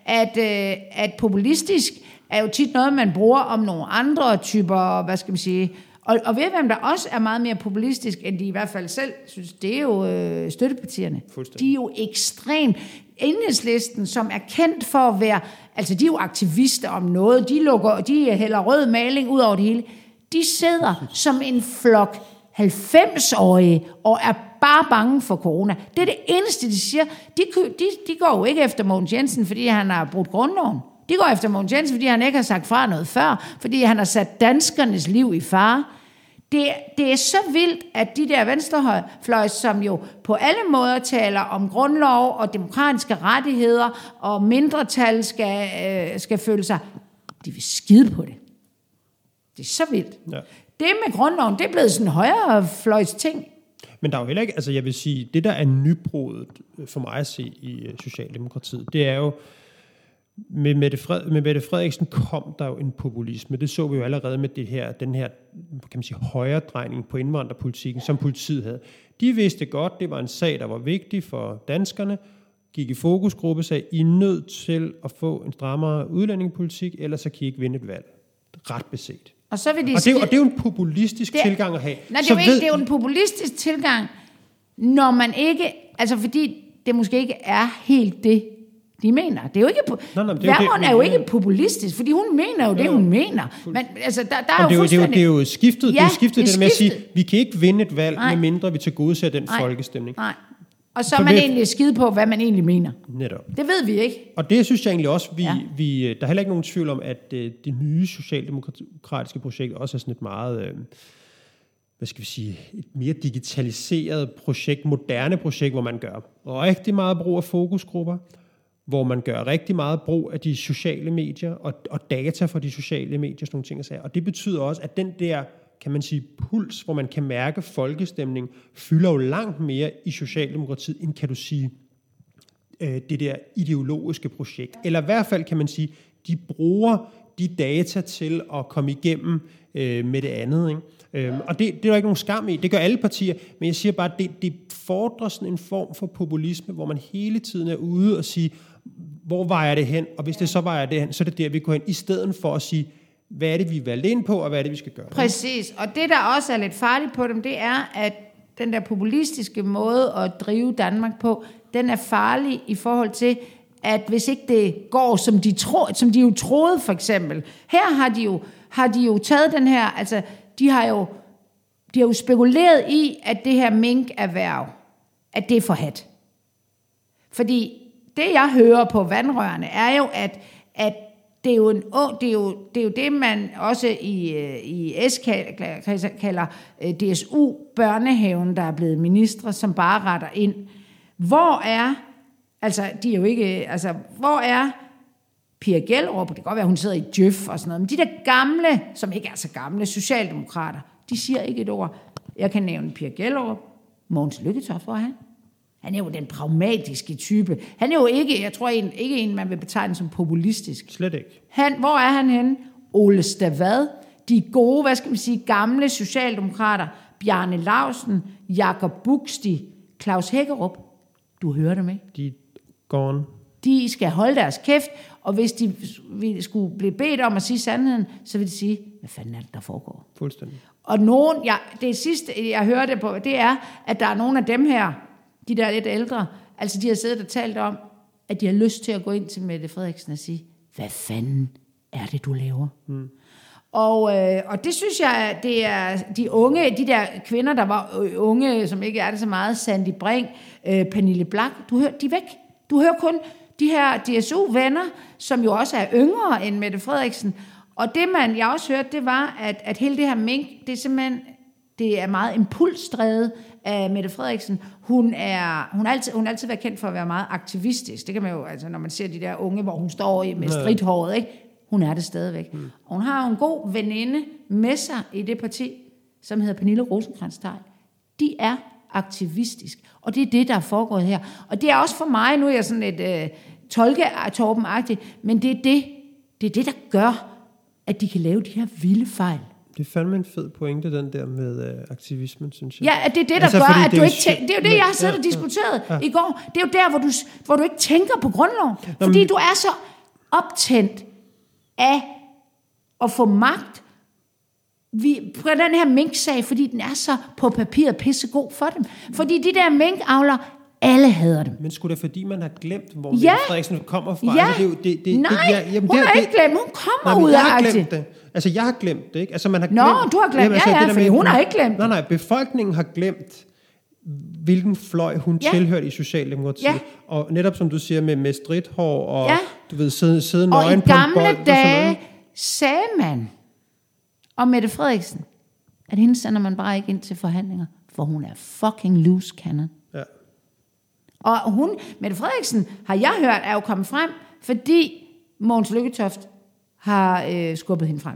Speaker 2: at populistisk er jo tit noget, man bruger om nogle andre typer, hvad skal man sige... Og ved hvem der også er meget mere populistisk, end de i hvert fald selv synes, det er jo støttepartierne. De er jo ekstremt... Enhedslisten, som er kendt for at være... Altså, de er jo aktivister om noget. De hælder rød maling ud over det hele. De sidder som en flok 90-årige og er bare bange for corona. Det er det eneste, de siger. De går jo ikke efter Mogens Jensen, fordi han har brudt grundloven. De går efter Mogens Jensen, fordi han ikke har sagt fra noget før, fordi han har sat danskernes liv i fare. Det er så vildt, at de der venstrefløj, som jo på alle måder taler om grundlov og demokratiske rettigheder, og mindretal skal føle sig, de vil skide på det. Det er så vildt. Ja. Det med grundloven, det er blevet sådan en højrefløjs ting.
Speaker 1: Men der er jo heller ikke, altså jeg vil sige, det der er nybruddet for mig at se i Socialdemokratiet, det er jo, Med Mette Frederiksen kom der jo en populisme. Det så vi jo allerede med den her kan man sige, højredrejning på indvandrerpolitikken, som politiet havde. De vidste godt, det var en sag, der var vigtig for danskerne, gik i fokusgruppe, sagde, I er nødt til at få en strammere udlændingepolitik, ellers så kan I ikke vinde et valg. Ret beset.
Speaker 2: Og så vil de
Speaker 1: og det er jo en populistisk tilgang at have.
Speaker 2: Nej, det er jo en populistisk tilgang, når man ikke, altså fordi det måske ikke er helt det, de mener. Det er jo ikke, Vermund er jo ikke populistisk, fordi hun mener jo det, hun mener. Men altså, der er jo fuldstændig...
Speaker 1: Det er jo skiftet, det med at sige, vi kan ikke vinde et valg, medmindre vi tilgodeser den folkestemning.
Speaker 2: Nej. Og så er man egentlig skide på, hvad man egentlig mener.
Speaker 1: Netop.
Speaker 2: Det ved vi ikke.
Speaker 1: Og det synes jeg egentlig også, der er heller ikke nogen tvivl om, at det nye socialdemokratiske projekt også er sådan et meget, hvad skal vi sige, et mere digitaliseret projekt, moderne projekt, hvor man gør rigtig meget brug af fokusgrupper, hvor man gør rigtig meget brug af de sociale medier og data fra de sociale medier, sådan nogle ting. Og det betyder også, at den der, kan man sige, puls, hvor man kan mærke folkestemning, fylder jo langt mere i Socialdemokratiet, end kan du sige, det der ideologiske projekt. Eller i hvert fald kan man sige, de bruger de data til at komme igennem med det andet. Ikke? Og det er der ikke nogen skam i. Det gør alle partier, men jeg siger bare, at det fordrer sådan en form for populisme, hvor man hele tiden er ude og sige, hvor vejer det hen? Og hvis det så vejer det hen, så er det der, vi går hen, i stedet for at sige, hvad er det, vi er valgt ind på, og hvad er det, vi skal gøre?
Speaker 2: Præcis, og det, der også er lidt farligt på dem, det er, at den der populistiske måde at drive Danmark på, den er farlig i forhold til, at hvis ikke det går, som de jo troede, for eksempel. Her har de jo taget den her, altså, de har jo spekuleret i, at det her minkerhverv, at det er forhadt. Fordi det, jeg hører på vandrørene, er jo, at det er jo det, man også i S kalder DSU, børnehaven, der er blevet ministre, som bare retter ind. Hvor er Pia Gjellerup? Det kan godt være, hun sidder i Djøf og sådan noget, men de der gamle, som ikke er så gamle, socialdemokrater, de siger ikke et ord. Jeg kan nævne Pia Gjellerup, Mogens Lykketoft, hvor er han? Han er jo den pragmatiske type. Han er jo ikke, jeg tror ikke en, man vil betegne som populistisk.
Speaker 1: Slet ikke.
Speaker 2: Hvor er han henne? Ole Stavad, de gode, hvad skal vi sige, gamle socialdemokrater, Bjarne Lausen, Jakob Buxti, Claus Hækkerup. Du hører dem ikke?
Speaker 1: De gone. De
Speaker 2: skal holde deres kæft, og hvis de skulle blive bedt om at sige sandheden, så vil de sige, hvad fanden er det, der foregår?
Speaker 1: Fuldstændig.
Speaker 2: Og det sidste, jeg hørte på, det er, at der er nogle af dem her, de der lidt ældre, altså de har siddet og talt om, at de har lyst til at gå ind til Mette Frederiksen og sige, hvad fanden er det, du laver? Mm. Og det synes jeg, det er de unge, de der kvinder, der var unge, som ikke er det så meget, Sandy Brink, Pernille Blak, de er væk. Du hører kun de her DSU-venner, som jo også er yngre end Mette Frederiksen. Og det, jeg også hørte, det var, at hele det her mink, det er simpelthen, det er meget impulsdrevet af Mette Frederiksen. Hun har altid været kendt for at være meget aktivistisk. Det kan man jo, altså når man ser de der unge, hvor hun står med stridthåret, ikke? Hun er det stadigvæk. Mm. Og hun har en god veninde med sig i det parti, som hedder Pernille Rosenkrantz-Theil. De er aktivistisk. Og det er det, der er foregået her. Og det er også for mig, nu er jeg sådan lidt tolke-Torben-agtig, men det er det, der gør, at de kan lave de her vilde fejl.
Speaker 1: Det er fandme en fed pointe, den der med aktivismen, synes jeg.
Speaker 2: Ja, det er det, der gør, at du ikke tænker... Det er jo det, jeg har siddet og diskuteret i går. Det er jo der, hvor du ikke tænker på grundloven. Fordi du er så optændt af at få magt på den her mink-sag, fordi den er så på papiret pissegod for dem. Fordi de der minkavlere, alle hader dem.
Speaker 1: Men skulle det fordi, man har glemt, hvor Mette Frederiksen kommer fra?
Speaker 2: Ja,
Speaker 1: altså,
Speaker 2: hun har ikke glemt, hun kommer ud af aktivt.
Speaker 1: Altså, jeg har glemt det, ikke? Altså, man har
Speaker 2: glemt... du har glemt, fordi hun har ikke glemt.
Speaker 1: Nej, befolkningen har glemt, hvilken fløj hun tilhørte i Socialdemokratiet. Ja. Og netop som du siger, med stridthår og du ved, sidde nøgen på en bold.
Speaker 2: Og i gamle dage sagde man om Mette Frederiksen, at hende sender man bare ikke ind til forhandlinger, for hun er fucking loose cannon. Ja. Og Mette Frederiksen, har jeg hørt, er jo kommet frem, fordi Mogens Lykketoft har skubbet hende frem.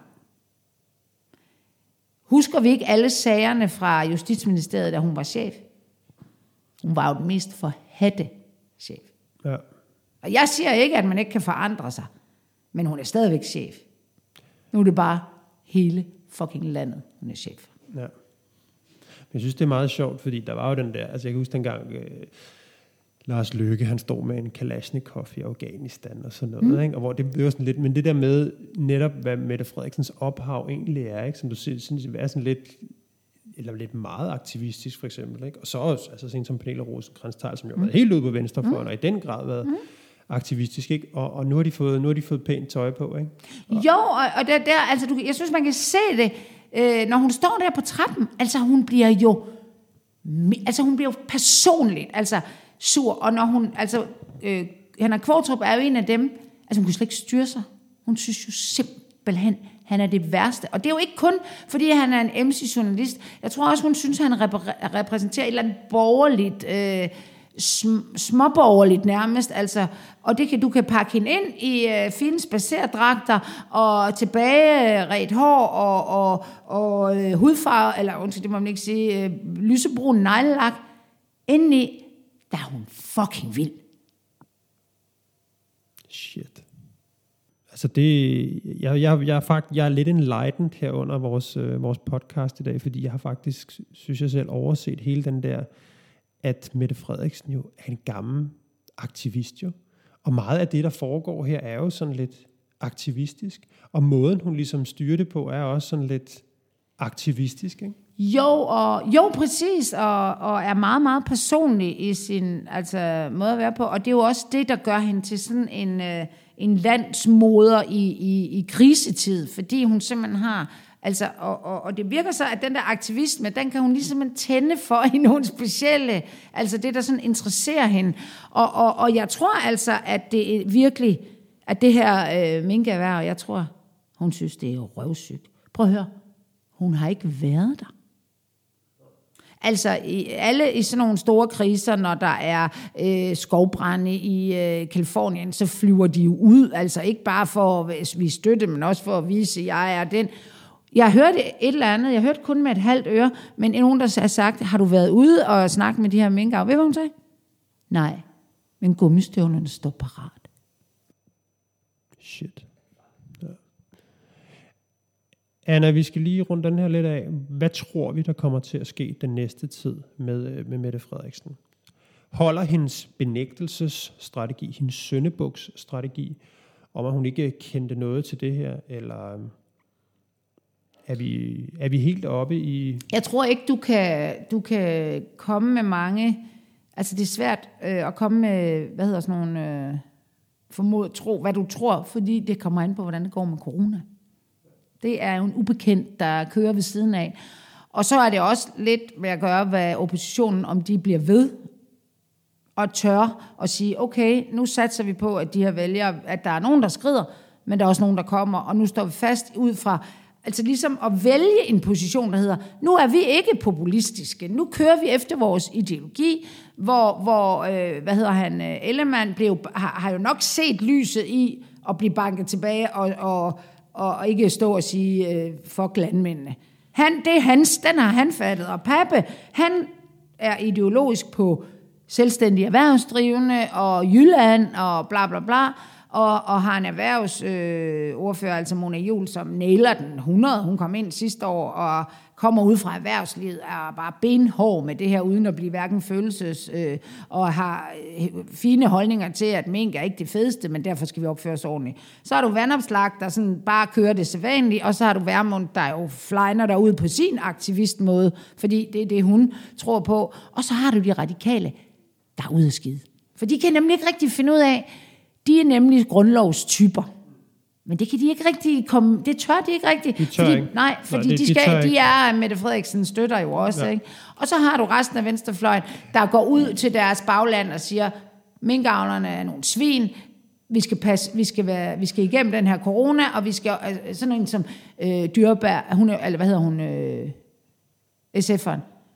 Speaker 2: Husker vi ikke alle sagerne fra Justitsministeriet, da hun var chef? Hun var jo den mest forhatte chef.
Speaker 1: Ja.
Speaker 2: Og jeg siger ikke, at man ikke kan forandre sig, men hun er stadigvæk chef. Nu er det bare hele fucking landet, hun er chef.
Speaker 1: Ja. Jeg synes, det er meget sjovt, fordi der var jo den der, altså jeg kan huske dengang, Lars Løkke, han stod med en Kalashnikov i Afghanistan og sådan noget, ikke? Og hvor det var sådan lidt, men det der med netop, hvad Mette Frederiksens ophav egentlig er, ikke? Som du synes, er sådan lidt, eller lidt meget aktivistisk for eksempel, ikke? Og så også, altså sådan som Pernille Rosenkrantz-Theil, som jo har været helt ude på venstrefløjen, og i den grad været aktivistisk, ikke? Og nu har de fået pænt tøj på, ikke?
Speaker 2: Jo, og der, altså jeg synes, man kan se det, når hun står der på trappen, altså hun bliver jo personligt, altså sur, og når hun, altså Henrik Qvortrup er jo en af dem, altså hun kan slet ikke styre sig. Hun synes jo simpelthen, han er det værste. Og det er jo ikke kun, fordi han er en MC-journalist. Jeg tror også, hun synes, han repræsenterer et eller andet borgerligt, småborgerligt nærmest, altså, og du kan pakke hende ind i fine spacerdragter og tilbage ret hår og hudfarve, eller det må man ikke sige, lysebrun neglelak. Indeni, der er hun fucking vild.
Speaker 1: Shit. Altså jeg er lidt enlightened her under vores podcast i dag, fordi jeg har faktisk, synes jeg selv, overset hele den der, at Mette Frederiksen jo er en gammel aktivist jo. Og meget af det, der foregår her, er jo sådan lidt aktivistisk. Og måden, hun ligesom styrer det på, er også sådan lidt aktivistisk, ikke?
Speaker 2: Jo, præcis, og er meget, meget personlig i sin måde at være på. Og det er jo også det, der gør hende til sådan en landsmoder i krisetid, fordi hun simpelthen har... Altså, og det virker så, at den der aktivisme, den kan hun ligesom tænde for i nogle specielle, altså det, der sådan interesserer hende. Og jeg tror altså, at det er virkelig, at det her minkerhverv, jeg tror, hun synes, det er røvsygt. Prøv at høre, hun har ikke været der. Altså i sådan nogle store kriser, når der er skovbrande i Kalifornien, så flyver de jo ud, altså ikke bare for at vise støtte, men også for at vise, at jeg er den. Jeg hørte et eller andet, jeg hørte kun med et halvt øre, men nogen, der har sagt, har du været ude og snakket med de her minkavlere? Ved du, hvad hun sagde? Nej, men gummistøvlerne står parat.
Speaker 1: Shit. Ja. Anna, vi skal lige runde den her lidt af. Hvad tror vi, der kommer til at ske den næste tid med Mette Frederiksen? Holder hendes benægtelsesstrategi, hendes syndebuksstrategi, om at hun ikke kendte noget til det her, eller... Er vi helt oppe i...
Speaker 2: Jeg tror ikke, du kan komme med mange... Altså, det er svært at komme med, hvad du tror, fordi det kommer an på, hvordan det går med corona. Det er jo en ubekendt, der kører ved siden af. Og så er det også lidt med at gøre, hvad oppositionen, om de bliver ved og tør og sige, okay, nu satser vi på, at de her vælgere, at der er nogen, der skrider, men der er også nogen, der kommer, og nu står vi fast ud fra... Altså ligesom at vælge en position, der hedder, nu er vi ikke populistiske, nu kører vi efter vores ideologi, hvor Ellemann har jo nok set lyset i at blive banket tilbage og ikke stå og sige, fuck landmændene. Den har han fattet, og Pape, han er ideologisk på selvstændige erhvervsdrivende og Jylland og bla bla bla, og har en erhvervsordfører, altså Mona Juul, som nailer den 100. Hun kom ind sidste år og kommer ud fra erhvervslivet, er bare benhård med det her, uden at blive hverken følelses, og har fine holdninger til, at mink er ikke det fedeste, men derfor skal vi opføre os ordentligt. Så har du Vandopslag, der sådan bare kører det sædvanligt, og så har du Vermund, der jo flyner derud på sin aktivistmåde, fordi det er det, hun tror på. Og så har du de radikale, der er ude af skide. For de kan nemlig ikke rigtig finde ud af, de er nemlig grundlovstyper. Men det kan de ikke rigtig komme... Det tør de ikke rigtig.
Speaker 1: De tør ikke.
Speaker 2: Nej, fordi de er... Mette Frederiksen støtter jo også, ikke? Og så har du resten af venstrefløjen, der går ud til deres bagland og siger, minkavlerne er nogle svin, vi skal igennem den her corona, og vi skal... sådan en som Dyreberg, SF'eren.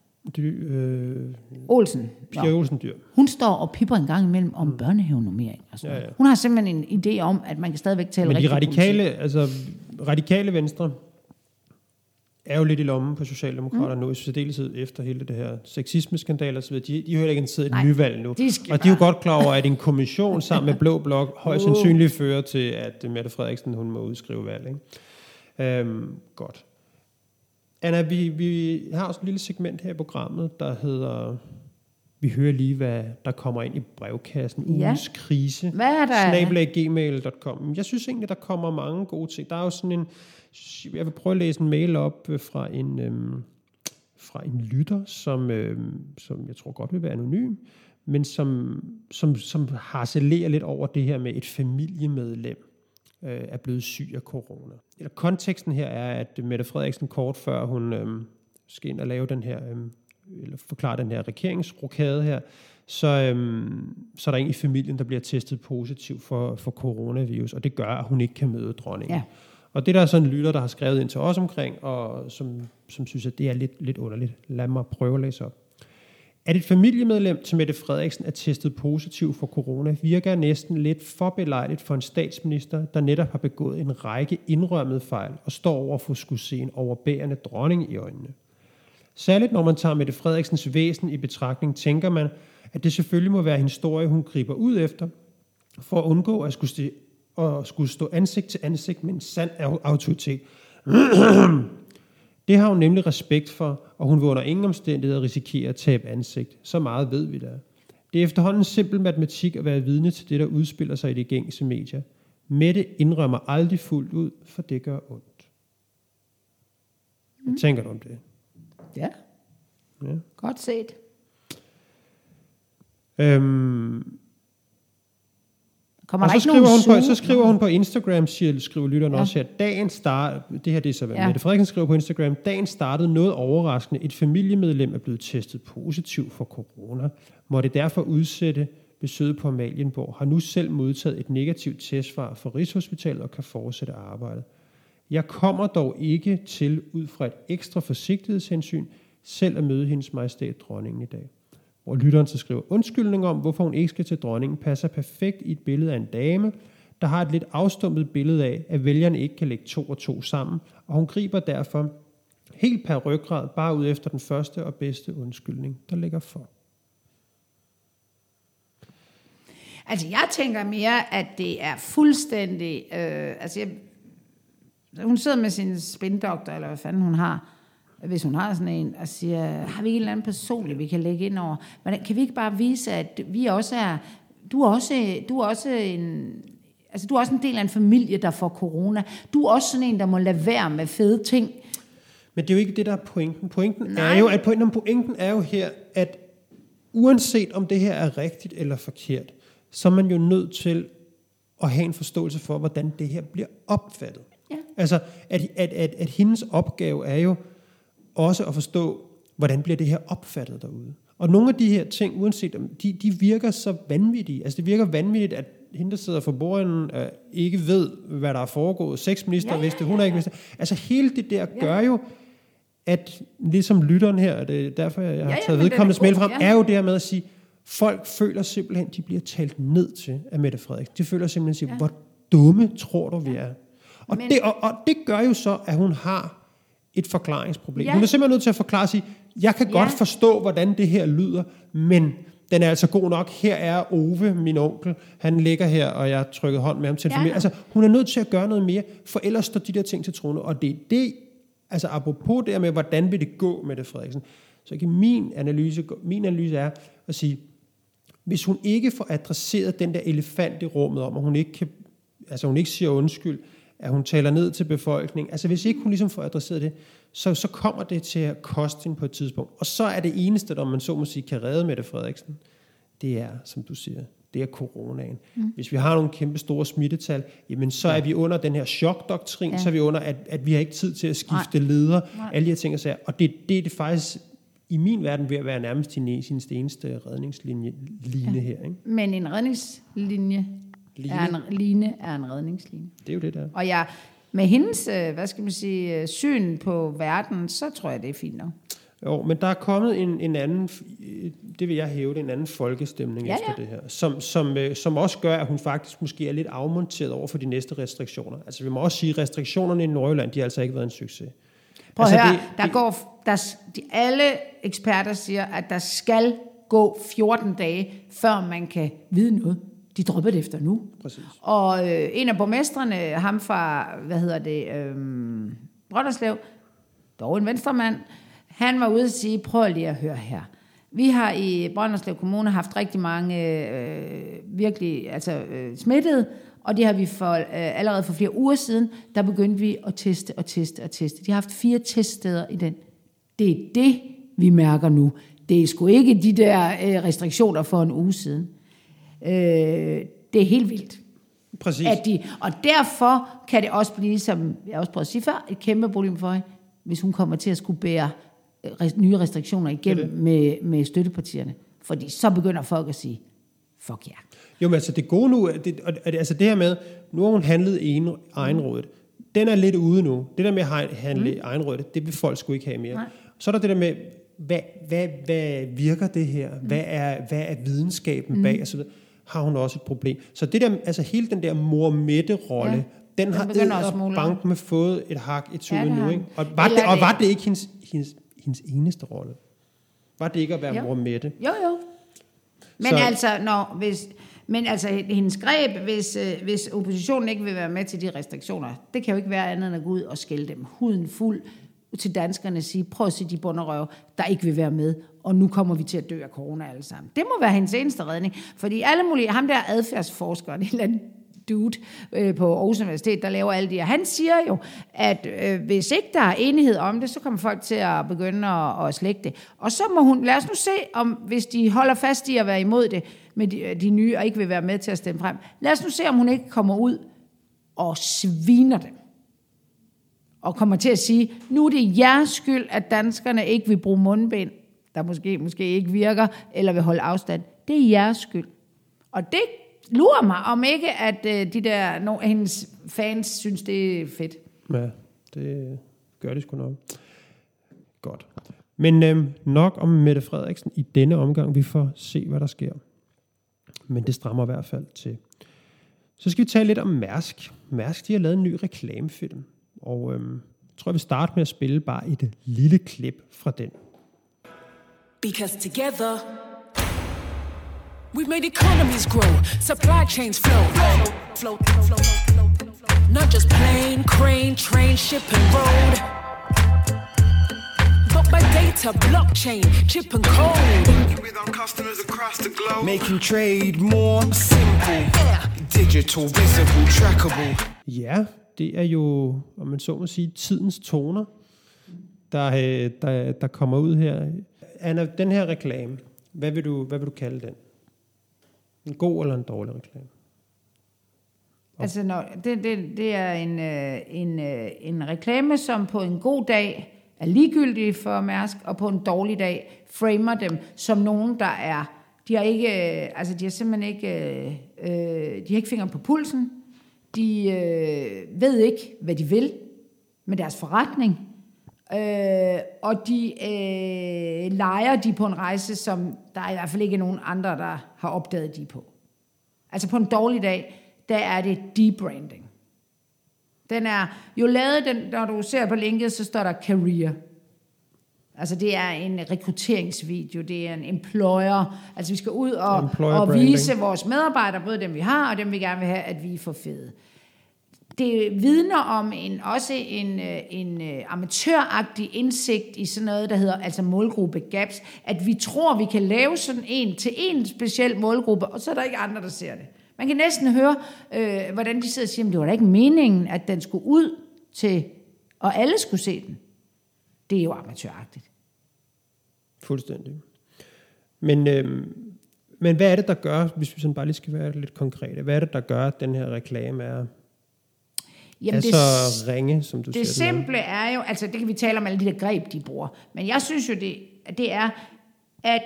Speaker 2: Olsen.
Speaker 1: Olsen Dyr.
Speaker 2: Hun står og pipper en gang imellem om børnehavenormering. Altså. Ja. Hun har simpelthen en idé om, at man kan stadigvæk tale rigtig politik.
Speaker 1: Men de radikale venstre er jo lidt i lommen på Socialdemokraterne nu, i særdeleshed efter hele det her sexisme-skandal og så videre. De er jo ikke interesseret i et nyvalg nu. Og de er jo godt klar over, at en kommission sammen med Blå Blok højst sandsynligt fører til, at Mette Frederiksen hun må udskrive valg. Ikke? Godt. Anna, vi har også et lille segment her i programmet, der hedder... Vi hører lige, hvad der kommer ind i brevkassen. Ugens krise.
Speaker 2: Hvad er der?
Speaker 1: @gmail.com. Jeg synes egentlig, der kommer mange gode ting. Der er jo sådan en... Jeg vil prøve at læse en mail op fra en lytter, som jeg tror godt vil være anonym, men som harcelerer lidt over det her med et familiemedlem er blevet syg af corona. Eller konteksten her er, at Mette Frederiksen kort før hun skal ind og lave den her... eller forklare den her regeringsrokade her, så er der en i familien, der bliver testet positiv for coronavirus, og det gør, at hun ikke kan møde dronningen. Ja. Og det der er sådan en lytter, der har skrevet ind til os omkring, og som synes, at det er lidt underligt. Lad mig prøve at læse op. At et familiemedlem til Mette Frederiksen er testet positiv for corona, virker næsten lidt for belejligt for en statsminister, der netop har begået en række indrømmede fejl, og står over for at skulle se en overbærende dronning i øjnene. Særligt når man tager Mette Frederiksens væsen i betragtning, tænker man, at det selvfølgelig må være en historie, hun griber ud efter, for at undgå at skulle stå ansigt til ansigt med en sand autoritet. Det har hun nemlig respekt for, og hun vil under ingen omstændigheder risikere at tabe ansigt. Så meget ved vi da. Det er efterhånden simpel matematik at være vidne til det, der udspiller sig i de gængse medier. Mette indrømmer aldrig fuldt ud, for det gør ondt. Hvad tænker du om det?
Speaker 2: Ja. Godt set.
Speaker 1: Og så skriver hun på Instagram, skriver lytteren også her, dagen startede, det her det er så, hvad Mette Frederiksen skriver på Instagram, dagen startede noget overraskende. Et familiemedlem er blevet testet positiv for corona. Måtte derfor udsætte besøget på Amalienborg. Har nu selv modtaget et negativt testsvar fra Rigshospitalet og kan fortsætte arbejdet. Jeg kommer dog ikke til, ud fra et ekstra forsigtighedshensyn, selv at møde hendes majestæt dronningen i dag. Hvor lytteren så skriver undskyldning om, hvorfor hun ikke skal til dronningen, passer perfekt i et billede af en dame, der har et lidt afstumpet billede af, at vælgerne ikke kan lægge 2 og 2 sammen, og hun griber derfor helt per ryggrad bare ud efter den første og bedste undskyldning, der ligger for.
Speaker 2: Altså jeg tænker mere, at det er fuldstændig... hun sidder med sin spindoktor, eller hvad fanden hun har, hvis hun har sådan en, og siger, har vi en eller anden personlig, vi kan lægge ind over? Men kan vi ikke bare vise, at vi også er... Du er også en del af en familie, der får corona. Du er også sådan en, der må lade være med fede ting.
Speaker 1: Men det er jo ikke det, der er pointen. Pointen er jo her, at uanset om det her er rigtigt eller forkert, så er man jo nødt til at have en forståelse for, hvordan det her bliver opfattet. Ja. Altså, at hendes opgave er jo også at forstå, hvordan bliver det her opfattet derude. Og nogle af de her ting, uanset om de virker så vanvittige. Altså, det virker vanvittigt, at hende, der sidder for bordenden, ikke ved, hvad der er foregået. Sexminister vidste, hun er ikke vidste. Altså, hele det der gør jo, at ligesom lytteren her, og det er derfor, jeg har taget vedkommende mail frem, er jo det her med at sige, folk føler simpelthen, de bliver talt ned til af Mette Frederiksen. De føler simpelthen, hvor dumme tror du, vi er? Og det gør jo så, at hun har et forklaringsproblem. Hun er simpelthen nødt til at forklare sig, jeg kan godt forstå, hvordan det her lyder, men den er altså god nok. Her er Ove, min onkel, han ligger her, og jeg har trykket hånd med ham til familie. Altså, hun er nødt til at gøre noget mere, for ellers står de der ting til troende. Og det er det, altså apropos det med, hvordan vil det gå med det, Frederiksen, så ikke min analyse er at sige, hvis hun ikke får adresseret den der elefant i rummet om, at hun ikke siger undskyld, at hun taler ned til befolkningen. Altså hvis ikke hun ligesom får adresseret det, så kommer det til at koste hende på et tidspunkt. Og så er det eneste, der man så må sige, kan redde Mette Frederiksen, det er, som du siger, det er coronaen. Hvis vi har nogle kæmpe store smittetal, jamen så er vi under den her chokdoktrin, så er vi under, at vi har ikke tid til at skifte leder, alle de her ting og sager. Og det er faktisk i min verden ved at være nærmest sin eneste redningslinje her. Ikke?
Speaker 2: Men en redningslinje er en redningslinje.
Speaker 1: Det er jo det der.
Speaker 2: Og med hendes, syn på verden, så tror jeg, det er fint nok.
Speaker 1: Jo, men der er kommet en anden, det vil jeg hæve, en anden folkestemning efter det her, som også gør, at hun faktisk måske er lidt afmonteret over for de næste restriktioner. Altså vi må også sige, at restriktionerne i Nordjylland, de har altså ikke været en succes.
Speaker 2: Prøv at høre, alle eksperter siger, at der skal gå 14 dage, før man kan vide noget. De dropper det efter nu.
Speaker 1: Præcis.
Speaker 2: Og en af borgmestrene, ham fra, Brønderslev, dog en venstremand, han var ude at sige, prøv lige at høre her. Vi har i Brønderslev Kommune haft rigtig mange virkelig smittede, og det har vi allerede for flere uger siden, der begyndte vi at teste. De har haft 4 teststeder i den. Det er det, vi mærker nu. Det er sgu ikke de der restriktioner for en uge siden. Det er helt vildt.
Speaker 1: Præcis.
Speaker 2: Og derfor kan det også blive, som jeg også prøvede at sige før, et kæmpe problem for hende, hvis hun kommer til at skulle bære nye restriktioner igennem med støttepartierne. Fordi så begynder folk at sige, fuck ja. Yeah.
Speaker 1: Jo, men altså det gode nu, det her med, nu har hun handlet egenrådet. Den er lidt ude nu. Det der med at handle egenrådet, det vil folk sgu ikke have mere. Nej. Så er der det der med, hvad virker det her? Hvad er videnskaben bag? Altså, har hun også et problem. Så det der, altså hele den der mor Mette-rolle, den har banken med fået et hak i tiden nu, ikke? Og var det ikke hendes eneste rolle? Var det ikke at være mor Mette?
Speaker 2: Jo. Men hendes greb, hvis oppositionen ikke vil være med til de restriktioner, det kan jo ikke være andet end at gå ud og skælde dem huden fuld til danskerne og sige, prøv at se de bunderøve, der ikke vil være med, og nu kommer vi til at dø af corona alle sammen. Det må være hendes eneste redning, fordi alle mulige, ham der adfærdsforskeren, en eller anden dude på Aarhus Universitet, der laver alle de her, han siger jo, at hvis ikke der er enighed om det, så kommer folk til at begynde at slægte det. Og så må hun, lad os nu se, om hvis de holder fast i at være imod det, med de nye, og ikke vil være med til at stemme frem, lad os nu se, om hun ikke kommer ud og sviner dem. Og kommer til at sige, nu er det jeres skyld, at danskerne ikke vil bruge mundbind, der måske ikke virker, eller vil holde afstand. Det er jeres skyld. Og det lurer mig, om ikke, at hendes fans synes, det er fedt.
Speaker 1: Ja, det gør det sgu nok. Godt. Men nok om Mette Frederiksen i denne omgang. Vi får se, hvad der sker. Men det strammer i hvert fald til. Så skal vi tale lidt om Mærsk. Mærsk, de har lavet en ny reklamefilm. Og jeg tror, jeg vil starte med at spille bare et lille klip fra den.
Speaker 5: Because together we've made economies grow, supply chains flow. Not just plane, crane, train, ship and road, but by data, blockchain, chip and code.
Speaker 6: With our customers across the globe, making trade more simple, digital, visible, trackable.
Speaker 1: Ja, det er jo, om man så må sige, tidens toner, der kommer ud her. Anna, den her reklame, hvad vil du kalde den? En god eller en dårlig reklame?
Speaker 2: Altså, det er en reklame, som på en god dag er ligegyldig for Mærsk, og på en dårlig dag framer dem som nogen, der er... De har simpelthen ikke... de har ikke fingeren på pulsen. De ved ikke, hvad de vil med deres forretning. Og de leger de på en rejse, som der er i hvert fald ikke nogen andre, der har opdaget de på. Altså på en dårlig dag, der er det debranding. Den er jo lavet, når du ser på linket, så står der career. Altså det er en rekrutteringsvideo, det er en employer. Altså vi skal ud og vise vores medarbejdere, både dem vi har, og dem vi gerne vil have, at vi er for fede. Det vidner om også en amatøragtig indsigt i sådan noget, der hedder altså målgruppe gaps, at vi tror, vi kan lave sådan en til en speciel målgruppe, og så er der ikke andre, der ser det. Man kan næsten høre, hvordan de sidder og siger, at det var da ikke meningen, at den skulle ud til, og alle skulle se den. Det er jo amatøragtigt.
Speaker 1: Fuldstændig. Men hvad er det, der gør, hvis vi sådan bare lige skal være lidt konkrete, hvad er det, der gør, at den her reklame er så ringe, som du siger?
Speaker 2: Det simple er jo, altså det kan vi tale om alle de der greb, de bruger, men jeg synes jo, det er, at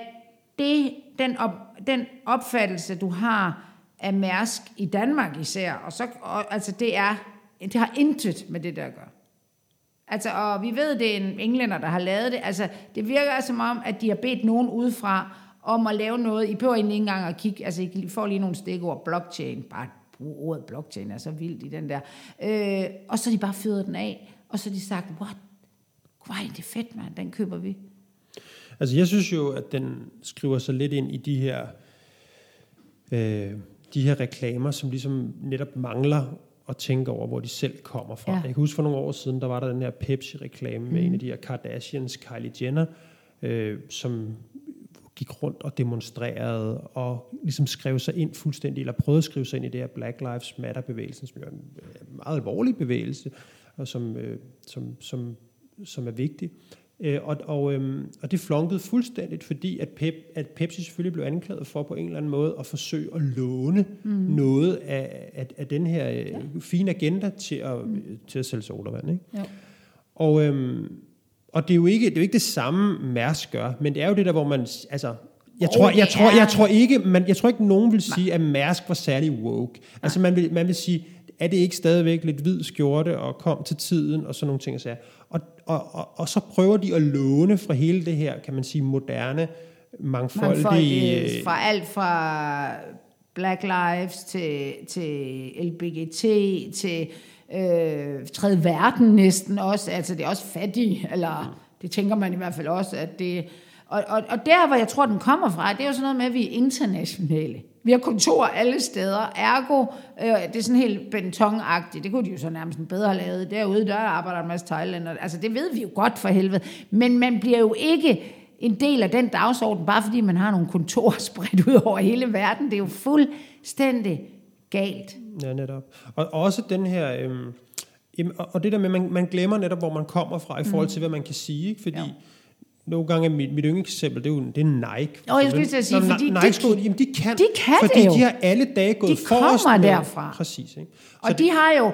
Speaker 2: den opfattelse, du har af Mærsk i Danmark især, altså det har intet med det der at gøre. Altså, og vi ved, det er en englænder, der har lavet det. Altså, det virker som om, at de har bedt nogen udefra om at lave noget. I behøver egentlig ikke engang at kigge, altså I får lige nogle stikord, blockchain, bare brug ordet blockchain, er så vildt i den der. Og så har de bare fyret den af, og så har de sagt, what? det er fedt, mand, den køber vi.
Speaker 1: Altså, jeg synes jo, at den skriver sig lidt ind i de her reklamer, som ligesom netop mangler at tænke over, hvor de selv kommer fra. Ja. Jeg kan huske for nogle år siden, der var der den her Pepsi-reklame med en af de her Kardashians, Kylie Jenner, som gik rundt og demonstrerede og ligesom skrev sig ind fuldstændig, eller prøvede at skrive sig ind i det her Black Lives Matter-bevægelsen, som er en meget alvorlig bevægelse, og som er vigtig. Og det flunkede fuldstændigt, fordi at Pepsi selvfølgelig blev anklaget for på en eller anden måde at forsøge at låne noget af den her fine agenda til at sælge sodavand. Ikke? Ja. Og det er jo ikke det samme Mærsk gør, men det er jo det der, hvor man altså jeg tror ikke nogen vil sige, at Mærsk var særlig woke. Altså man vil sige, er det ikke stadigvæk lidt hvid skjorte og kom til tiden og sådan nogle ting og sager. Og så prøver de at låne fra hele det her, kan man sige, moderne, mangfoldige...
Speaker 2: Fra alt fra Black Lives til LBGT til tredje verden næsten også. Altså det er også fattige, eller det tænker man i hvert fald også, at det... Og der, hvor jeg tror, den kommer fra, det er jo sådan noget med, at vi er internationale. Vi har kontorer alle steder. Ergo, det er sådan helt betonagtigt. Det kunne de jo så nærmest bedre lave. Derude, der arbejder en masse thailænder. Altså, det ved vi jo godt for helvede. Men man bliver jo ikke en del af den dagsorden, bare fordi man har nogle kontorer spredt ud over hele verden. Det er jo fuldstændig galt.
Speaker 1: Ja, netop. Og også den her... og det der med, man glemmer netop, hvor man kommer fra, i forhold til, hvad man kan sige. Ikke? Fordi... Ja. Nogle gange mit yndlingseksempel, det er Nike.
Speaker 2: Jeg skulle til at sige, fordi
Speaker 1: de kan
Speaker 2: fordi
Speaker 1: de har alle dage gået forrest med.
Speaker 2: Derfra.
Speaker 1: Præcis. Ikke?
Speaker 2: Og de har jo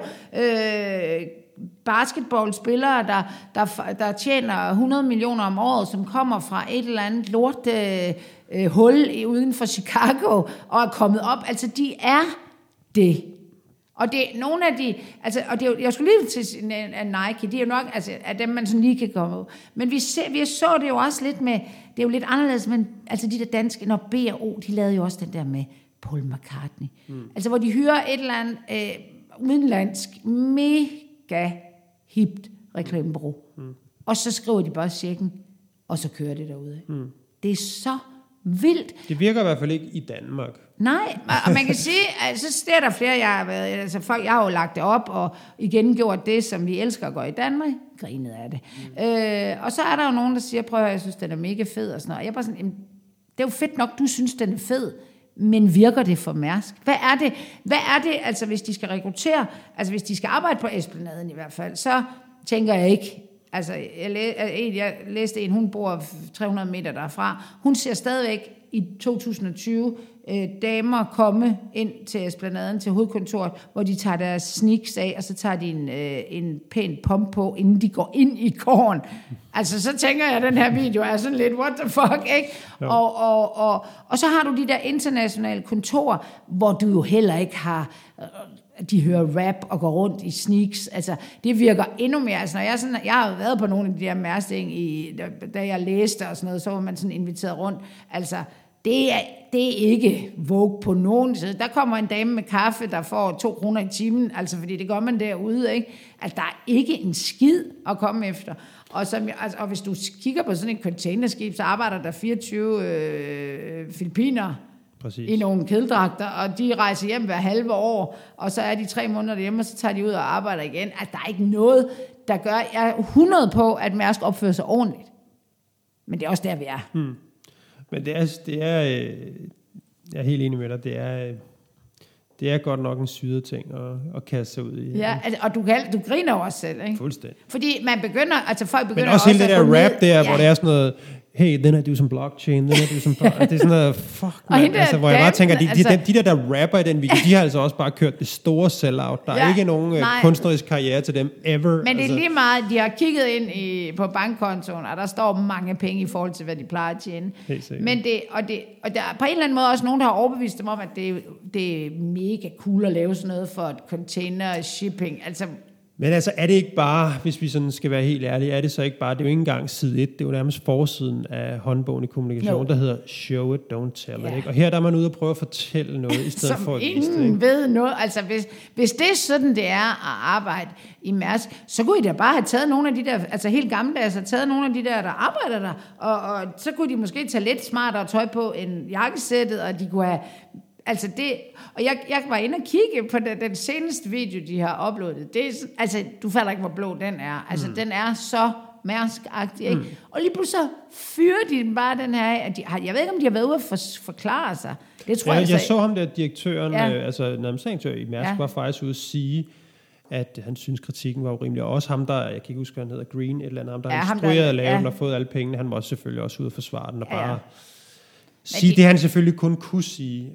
Speaker 2: basketballspillere, der tjener 100 millioner om året, som kommer fra et eller andet lort hul uden for Chicago, og er kommet op. Altså, de er det. Og det er nogle af de, altså, og det er, jeg skulle lige til Nike, de er jo nok, altså, af dem, man sådan lige kan komme ud. Men vi så det jo også lidt med, det er jo lidt anderledes, men altså de der danske, når B&O, de lavede jo også den der med Paul McCartney. Altså, hvor de hyrer et eller andet udenlandsk, mega hipt reklamebureau. Og så skriver de bare checken, og så kører det derude. Det er så vildt.
Speaker 1: Det virker i hvert fald ikke i Danmark.
Speaker 2: Nej, og man kan sige, at så er der flere, jeg har jo lagt det op, og igen gjort det, som vi elsker at gøre i Danmark, grinet af det. Og så er der jo nogen, der siger, prøv at jeg synes, den er mega fed, og sådan noget. Jeg er bare sådan, det er jo fedt nok, du synes, den er fed, men virker det for Mærsk? Hvad er det, altså hvis de skal rekruttere, altså hvis de skal arbejde på Esplanaden i hvert fald, så tænker jeg ikke, altså jeg læste en, hun bor 300 meter derfra, hun ser stadigvæk i 2020 damer komme ind til Esplanaden, til hovedkontoret, hvor de tager deres sneaks af, og så tager de en pæn pump på, inden de går ind i gården. Altså, så tænker jeg, at den her video er sådan lidt, what the fuck, ikke? Og så har du de der internationale kontorer, hvor du jo heller ikke har... de hører rap og går rundt i sneaks. Altså, det virker endnu mere. Altså, når jeg har været på nogle af de der Mærsk-ting, da jeg læste og sådan noget, så var man sådan inviteret rundt. Altså, det er ikke Vogue på nogen side. Der kommer en dame med kaffe, der får 2 kroner i timen, altså, fordi det gør man derude, ikke? Altså, der er ikke en skid at komme efter. Og hvis du kigger på sådan et containerskib, så arbejder der 24 filippinere, præcis, i nogle kedeldragter, og de rejser hjem hver halve år, og så er de 3 måneder derhjemme, og så tager de ud og arbejder igen. Altså, der er ikke noget, der gør... Jeg er 100 på, at Mærsk opfører sig ordentligt. Men det er også der, vi er.
Speaker 1: Men det er jeg er helt enig med dig, det er godt nok en syret ting at kaste sig ud i.
Speaker 2: Ja, altså, og du griner jo også selv, ikke?
Speaker 1: Fuldstændig.
Speaker 2: Fordi folk begynder
Speaker 1: men også hele det der rap der, hvor det er sådan noget... Hey, then I do some blockchain, then I do some... det er sådan noget, fuck, man. Altså, hvor jeg bare tænker, de der rapper i den video, de har altså også bare kørt det store sell-out. Der er ikke nogen kunstnerisk karriere til dem, ever.
Speaker 2: Men det er lige meget, de har kigget ind på bankkontoen, og der står mange penge i forhold til, hvad de plejer at tjene. Men der er på en eller anden måde også nogen, der har overbevist dem om, at det er mega cool at lave sådan noget for et container shipping. Altså,
Speaker 1: Men altså, er det ikke bare, hvis vi sådan skal være helt ærlige, er det så ikke bare, det er jo ikke engang side 1, det er jo nærmest forsiden af håndbogen i kommunikation, der hedder Show It, Don't Tell It. Ikke? Og her der er man ude og prøve at fortælle noget, i stedet for at vise det.
Speaker 2: Ingen ved noget. Altså, hvis det er sådan, det er at arbejde i Mærsk, så kunne I da bare have taget nogle af de der, altså helt gammeldags, og taget nogle af de der arbejder der, og så kunne de måske tage lidt smartere tøj på end jakkesættet, og de kunne have... Altså det, og jeg var inde og kigge på den seneste video, de har uploadet. Det er, altså, du fatter ikke, hvor blå den er. Altså, den er så Mærsk-agtig, ikke? Og lige pludselig så fyrer de den bare den her. Jeg ved ikke, om de har været ude at forklare sig. Det tror
Speaker 1: jeg så ham der direktøren, altså administrator i Mærsk, var faktisk ude at sige, at han synes, kritikken var urimelig. Og også ham, der, jeg kan ikke huske, hvad han hedder, Green, et eller andet, ham, der har instrueret at lave den og fået alle pengene, han var selvfølgelig også ude at forsvare den og bare... Sige det, han selvfølgelig kun kunne sige,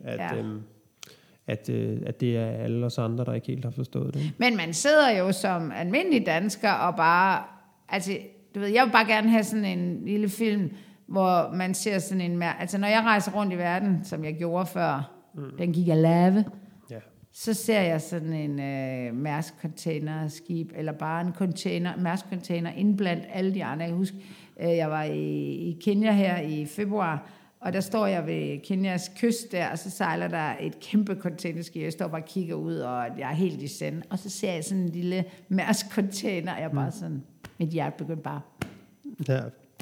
Speaker 1: at det er alle os andre, der ikke helt har forstået det.
Speaker 2: Men man sidder jo som almindelig dansker og bare... Altså, du ved, jeg vil bare gerne have sådan en lille film, hvor man ser sådan en... Altså, når jeg rejser rundt i verden, som jeg gjorde før, den gik jeg lave, så ser jeg sådan en Mærsk-containerskib, eller bare en Mærsk-container indblandt alle de andre. Jeg kan huske, jeg var i Kenya her i februar, og der står jeg ved Kenyas kyst der, og så sejler der et kæmpe containerskib. Jeg står bare og kigger ud, og jeg er helt i send. Og så ser jeg sådan en lille Mærsk-container, og jeg bare sådan, mit hjerte begyndte bare...
Speaker 1: Ja.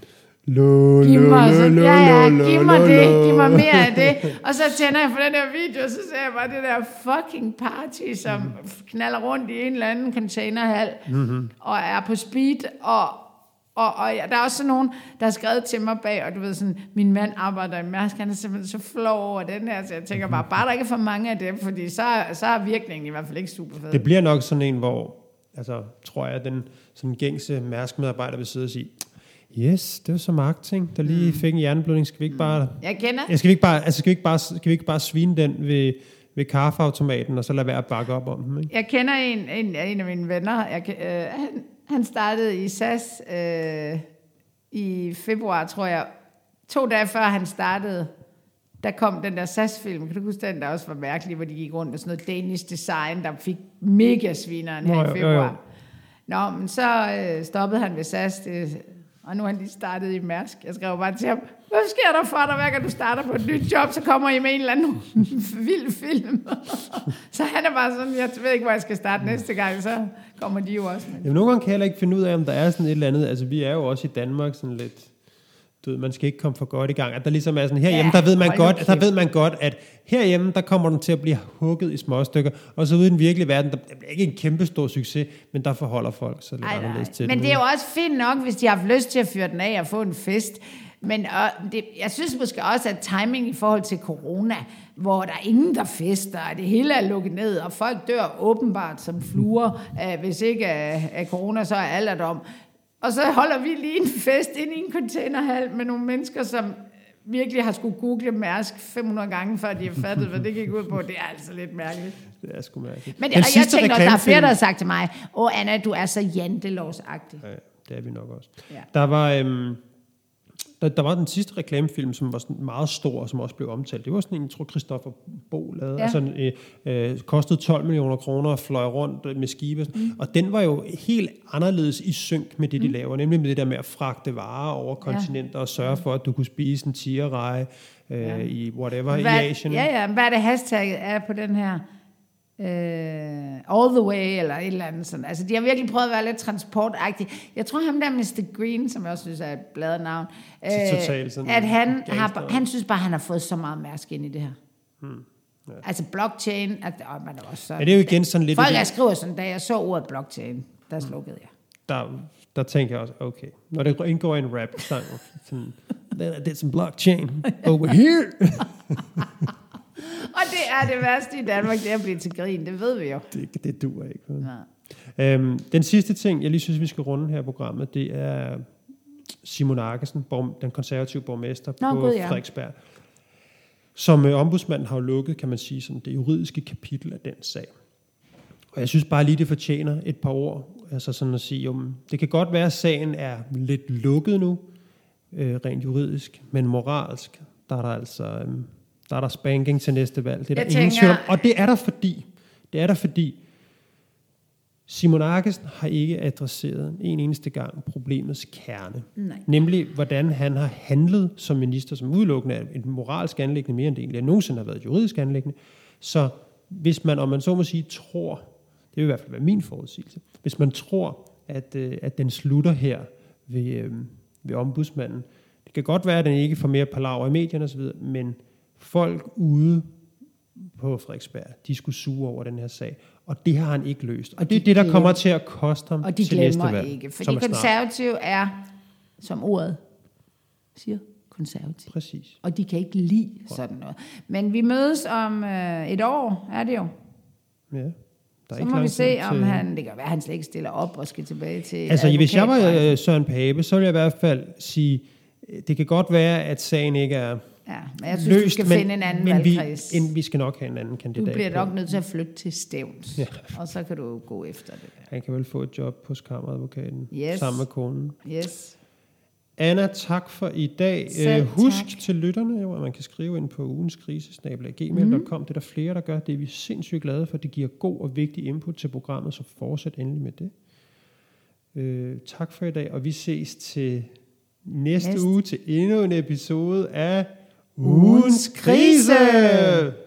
Speaker 2: Giv mig det, giv mig mere af det. Og så tænder jeg på den der video, og så ser jeg bare det der fucking party, som knaller rundt i en eller anden containerhal, og er på speed, og der er også sådan nogen, der har skrevet til mig bag, og du ved sådan, min mand arbejder i Mærsk, han er simpelthen så flov over den her, så jeg tænker bare der ikke er for mange af dem, fordi så er virkningen i hvert fald ikke super fed.
Speaker 1: Det bliver nok sådan en, hvor, altså, tror jeg, den sådan gængse Mærsk-medarbejder vil sidde og sige, yes, det var så marketing, der lige fik en hjerneblødning, skal vi ikke bare...
Speaker 2: Jeg kender.
Speaker 1: Skal vi ikke bare svine den ved kaffeautomaten, og så lade være at bakke op om dem, ikke?
Speaker 2: Jeg kender en af mine venner, han startede i SAS i februar, tror jeg. 2 dage før han startede, der kom den der SAS-film. Kan du huske den, der også var mærkelig, hvor de gik rundt med sådan noget Danish design, der fik mega svineren her i februar. Jo. Nå, men så stoppede han ved SAS, og nu har han lige startet i Mærsk. Jeg skrev bare til ham, hvad sker der for dig, hver gang du starter på et nyt job, så kommer I med en eller anden vild film. Så han er bare sådan, jeg ved ikke, hvor jeg skal starte næste gang, så kommer de jo også med.
Speaker 1: Jamen, nogle gange kan jeg heller ikke finde ud af, om der er sådan et eller andet, altså vi er jo også i Danmark sådan lidt, du ved, man skal ikke komme for godt i gang, at der ligesom er sådan, herhjemme, der ved man godt, at herhjemme, der kommer den til at blive hugget i småstykker, og så ude i den virkelige verden, der bliver ikke en kæmpe stor succes, men der forholder folk så lidt anderledes til
Speaker 2: men det er jo også fint nok, hvis de har haft lyst til at fyre den af og få en fest. Men jeg synes måske også, at timing i forhold til corona, hvor der er ingen, der fester, og det hele er lukket ned, og folk dør åbenbart som fluer, hvis ikke af corona, så er alderdom. Og så holder vi lige en fest inde i en containerhal med nogle mennesker, som virkelig har skulle google Mærsk 500 gange, før de har fattet, hvad det gik ud på. Det er altså lidt mærkeligt.
Speaker 1: Det er sgu mærkeligt.
Speaker 2: Men jeg tænker også, der er flere, der har sagt til mig, Anna, du er så jantelovsagtig.
Speaker 1: Ja, det er vi nok også.
Speaker 2: Ja.
Speaker 1: Der var den sidste reklamefilm, som var sådan meget stor, som også blev omtalt. Det var sådan en, jeg tror, Christoffer Bo lavede. Ja. Altså, kostede 12 millioner kroner og fløj rundt med skibe. Og den var jo helt anderledes i synk med det, de laver. Nemlig med det der med at fragte varer over kontinenter og sørge for, at du kunne spise en tigerreje i whatever, i Asien.
Speaker 2: Ja. Hvad er det hashtagget er på den her? All the way, eller et eller andet sådan. Altså, de har virkelig prøvet at være lidt transportagtige. Jeg tror, ham der Mr. Green, som jeg også synes er et bladet navn, at han synes bare, han har fået så meget Mærsk ind i det her. Ja. Altså, blockchain, man er også så...
Speaker 1: Ja, det er jo igen sådan lidt...
Speaker 2: Folk, jeg skriver sådan, da jeg så ordet blockchain, der slukkede jeg.
Speaker 1: Der tænker jeg også, okay, når det indgår i en rap-sang, sådan, there's some blockchain over here.
Speaker 2: Og det er det værste i Danmark, det er at blive til grin, det ved vi jo.
Speaker 1: Det duer ikke. Den sidste ting, jeg lige synes, vi skal runde her i programmet, det er Simon Arkesen, den konservative borgmester på Frederiksberg, som ombudsmanden har jo lukket, kan man sige, sådan det juridiske kapitel af den sag. Og jeg synes bare lige, det fortjener et par ord, altså sådan at sige, det kan godt være, at sagen er lidt lukket nu, rent juridisk, men moralsk, der er der altså... Der er der spanking til næste valg. Det er der ingen tvivl om. Og det er der fordi Simon Arkesen har ikke adresseret en eneste gang problemets kerne.
Speaker 2: Nej.
Speaker 1: Nemlig, hvordan han har handlet som minister, som udelukkende er et moralsk anliggende, mere end det egentlig nogensinde har været et juridisk anliggende. Så hvis man, om man så må sige, tror, det vil i hvert fald være min forudsigelse, hvis man tror, at den slutter her ved ombudsmanden, det kan godt være, at den ikke får mere palaver i medierne osv., men folk ude på Frederiksberg, de skulle suge over den her sag. Og det har han ikke løst. Og det er det, der kommer til at koste ham
Speaker 2: og de
Speaker 1: til næste valg.
Speaker 2: Og de glemmer ikke, for de konservative er, som ordet siger, konservative.
Speaker 1: Præcis.
Speaker 2: Og de kan ikke lide sådan noget. Men vi mødes om et år, er det jo.
Speaker 1: Ja.
Speaker 2: Så må vi se, om han, det kan være, han slet ikke stiller op og skal tilbage til
Speaker 1: altså, hvis jeg var Søren Pape, så ville jeg i hvert fald sige, det kan godt være, at sagen ikke er
Speaker 2: men jeg synes, vi skal finde en anden valgkreds.
Speaker 1: Vi skal nok have en anden kandidat.
Speaker 2: Du bliver nok nødt til at flytte til Stevns, og så kan du gå efter det.
Speaker 1: Han kan vel få et job hos kammeradvokaten,
Speaker 2: yes.
Speaker 1: sammen med konen.
Speaker 2: Yes.
Speaker 1: Anna, tak for i dag. Husk til lytterne, at man kan skrive ind på ugenskrise@gmail.com. Det er der flere, der gør. Det er vi sindssygt glade for. Det giver god og vigtig input til programmet, så fortsæt endelig med det. Tak for i dag, og vi ses til næste uge til endnu en episode af Ugens Krise.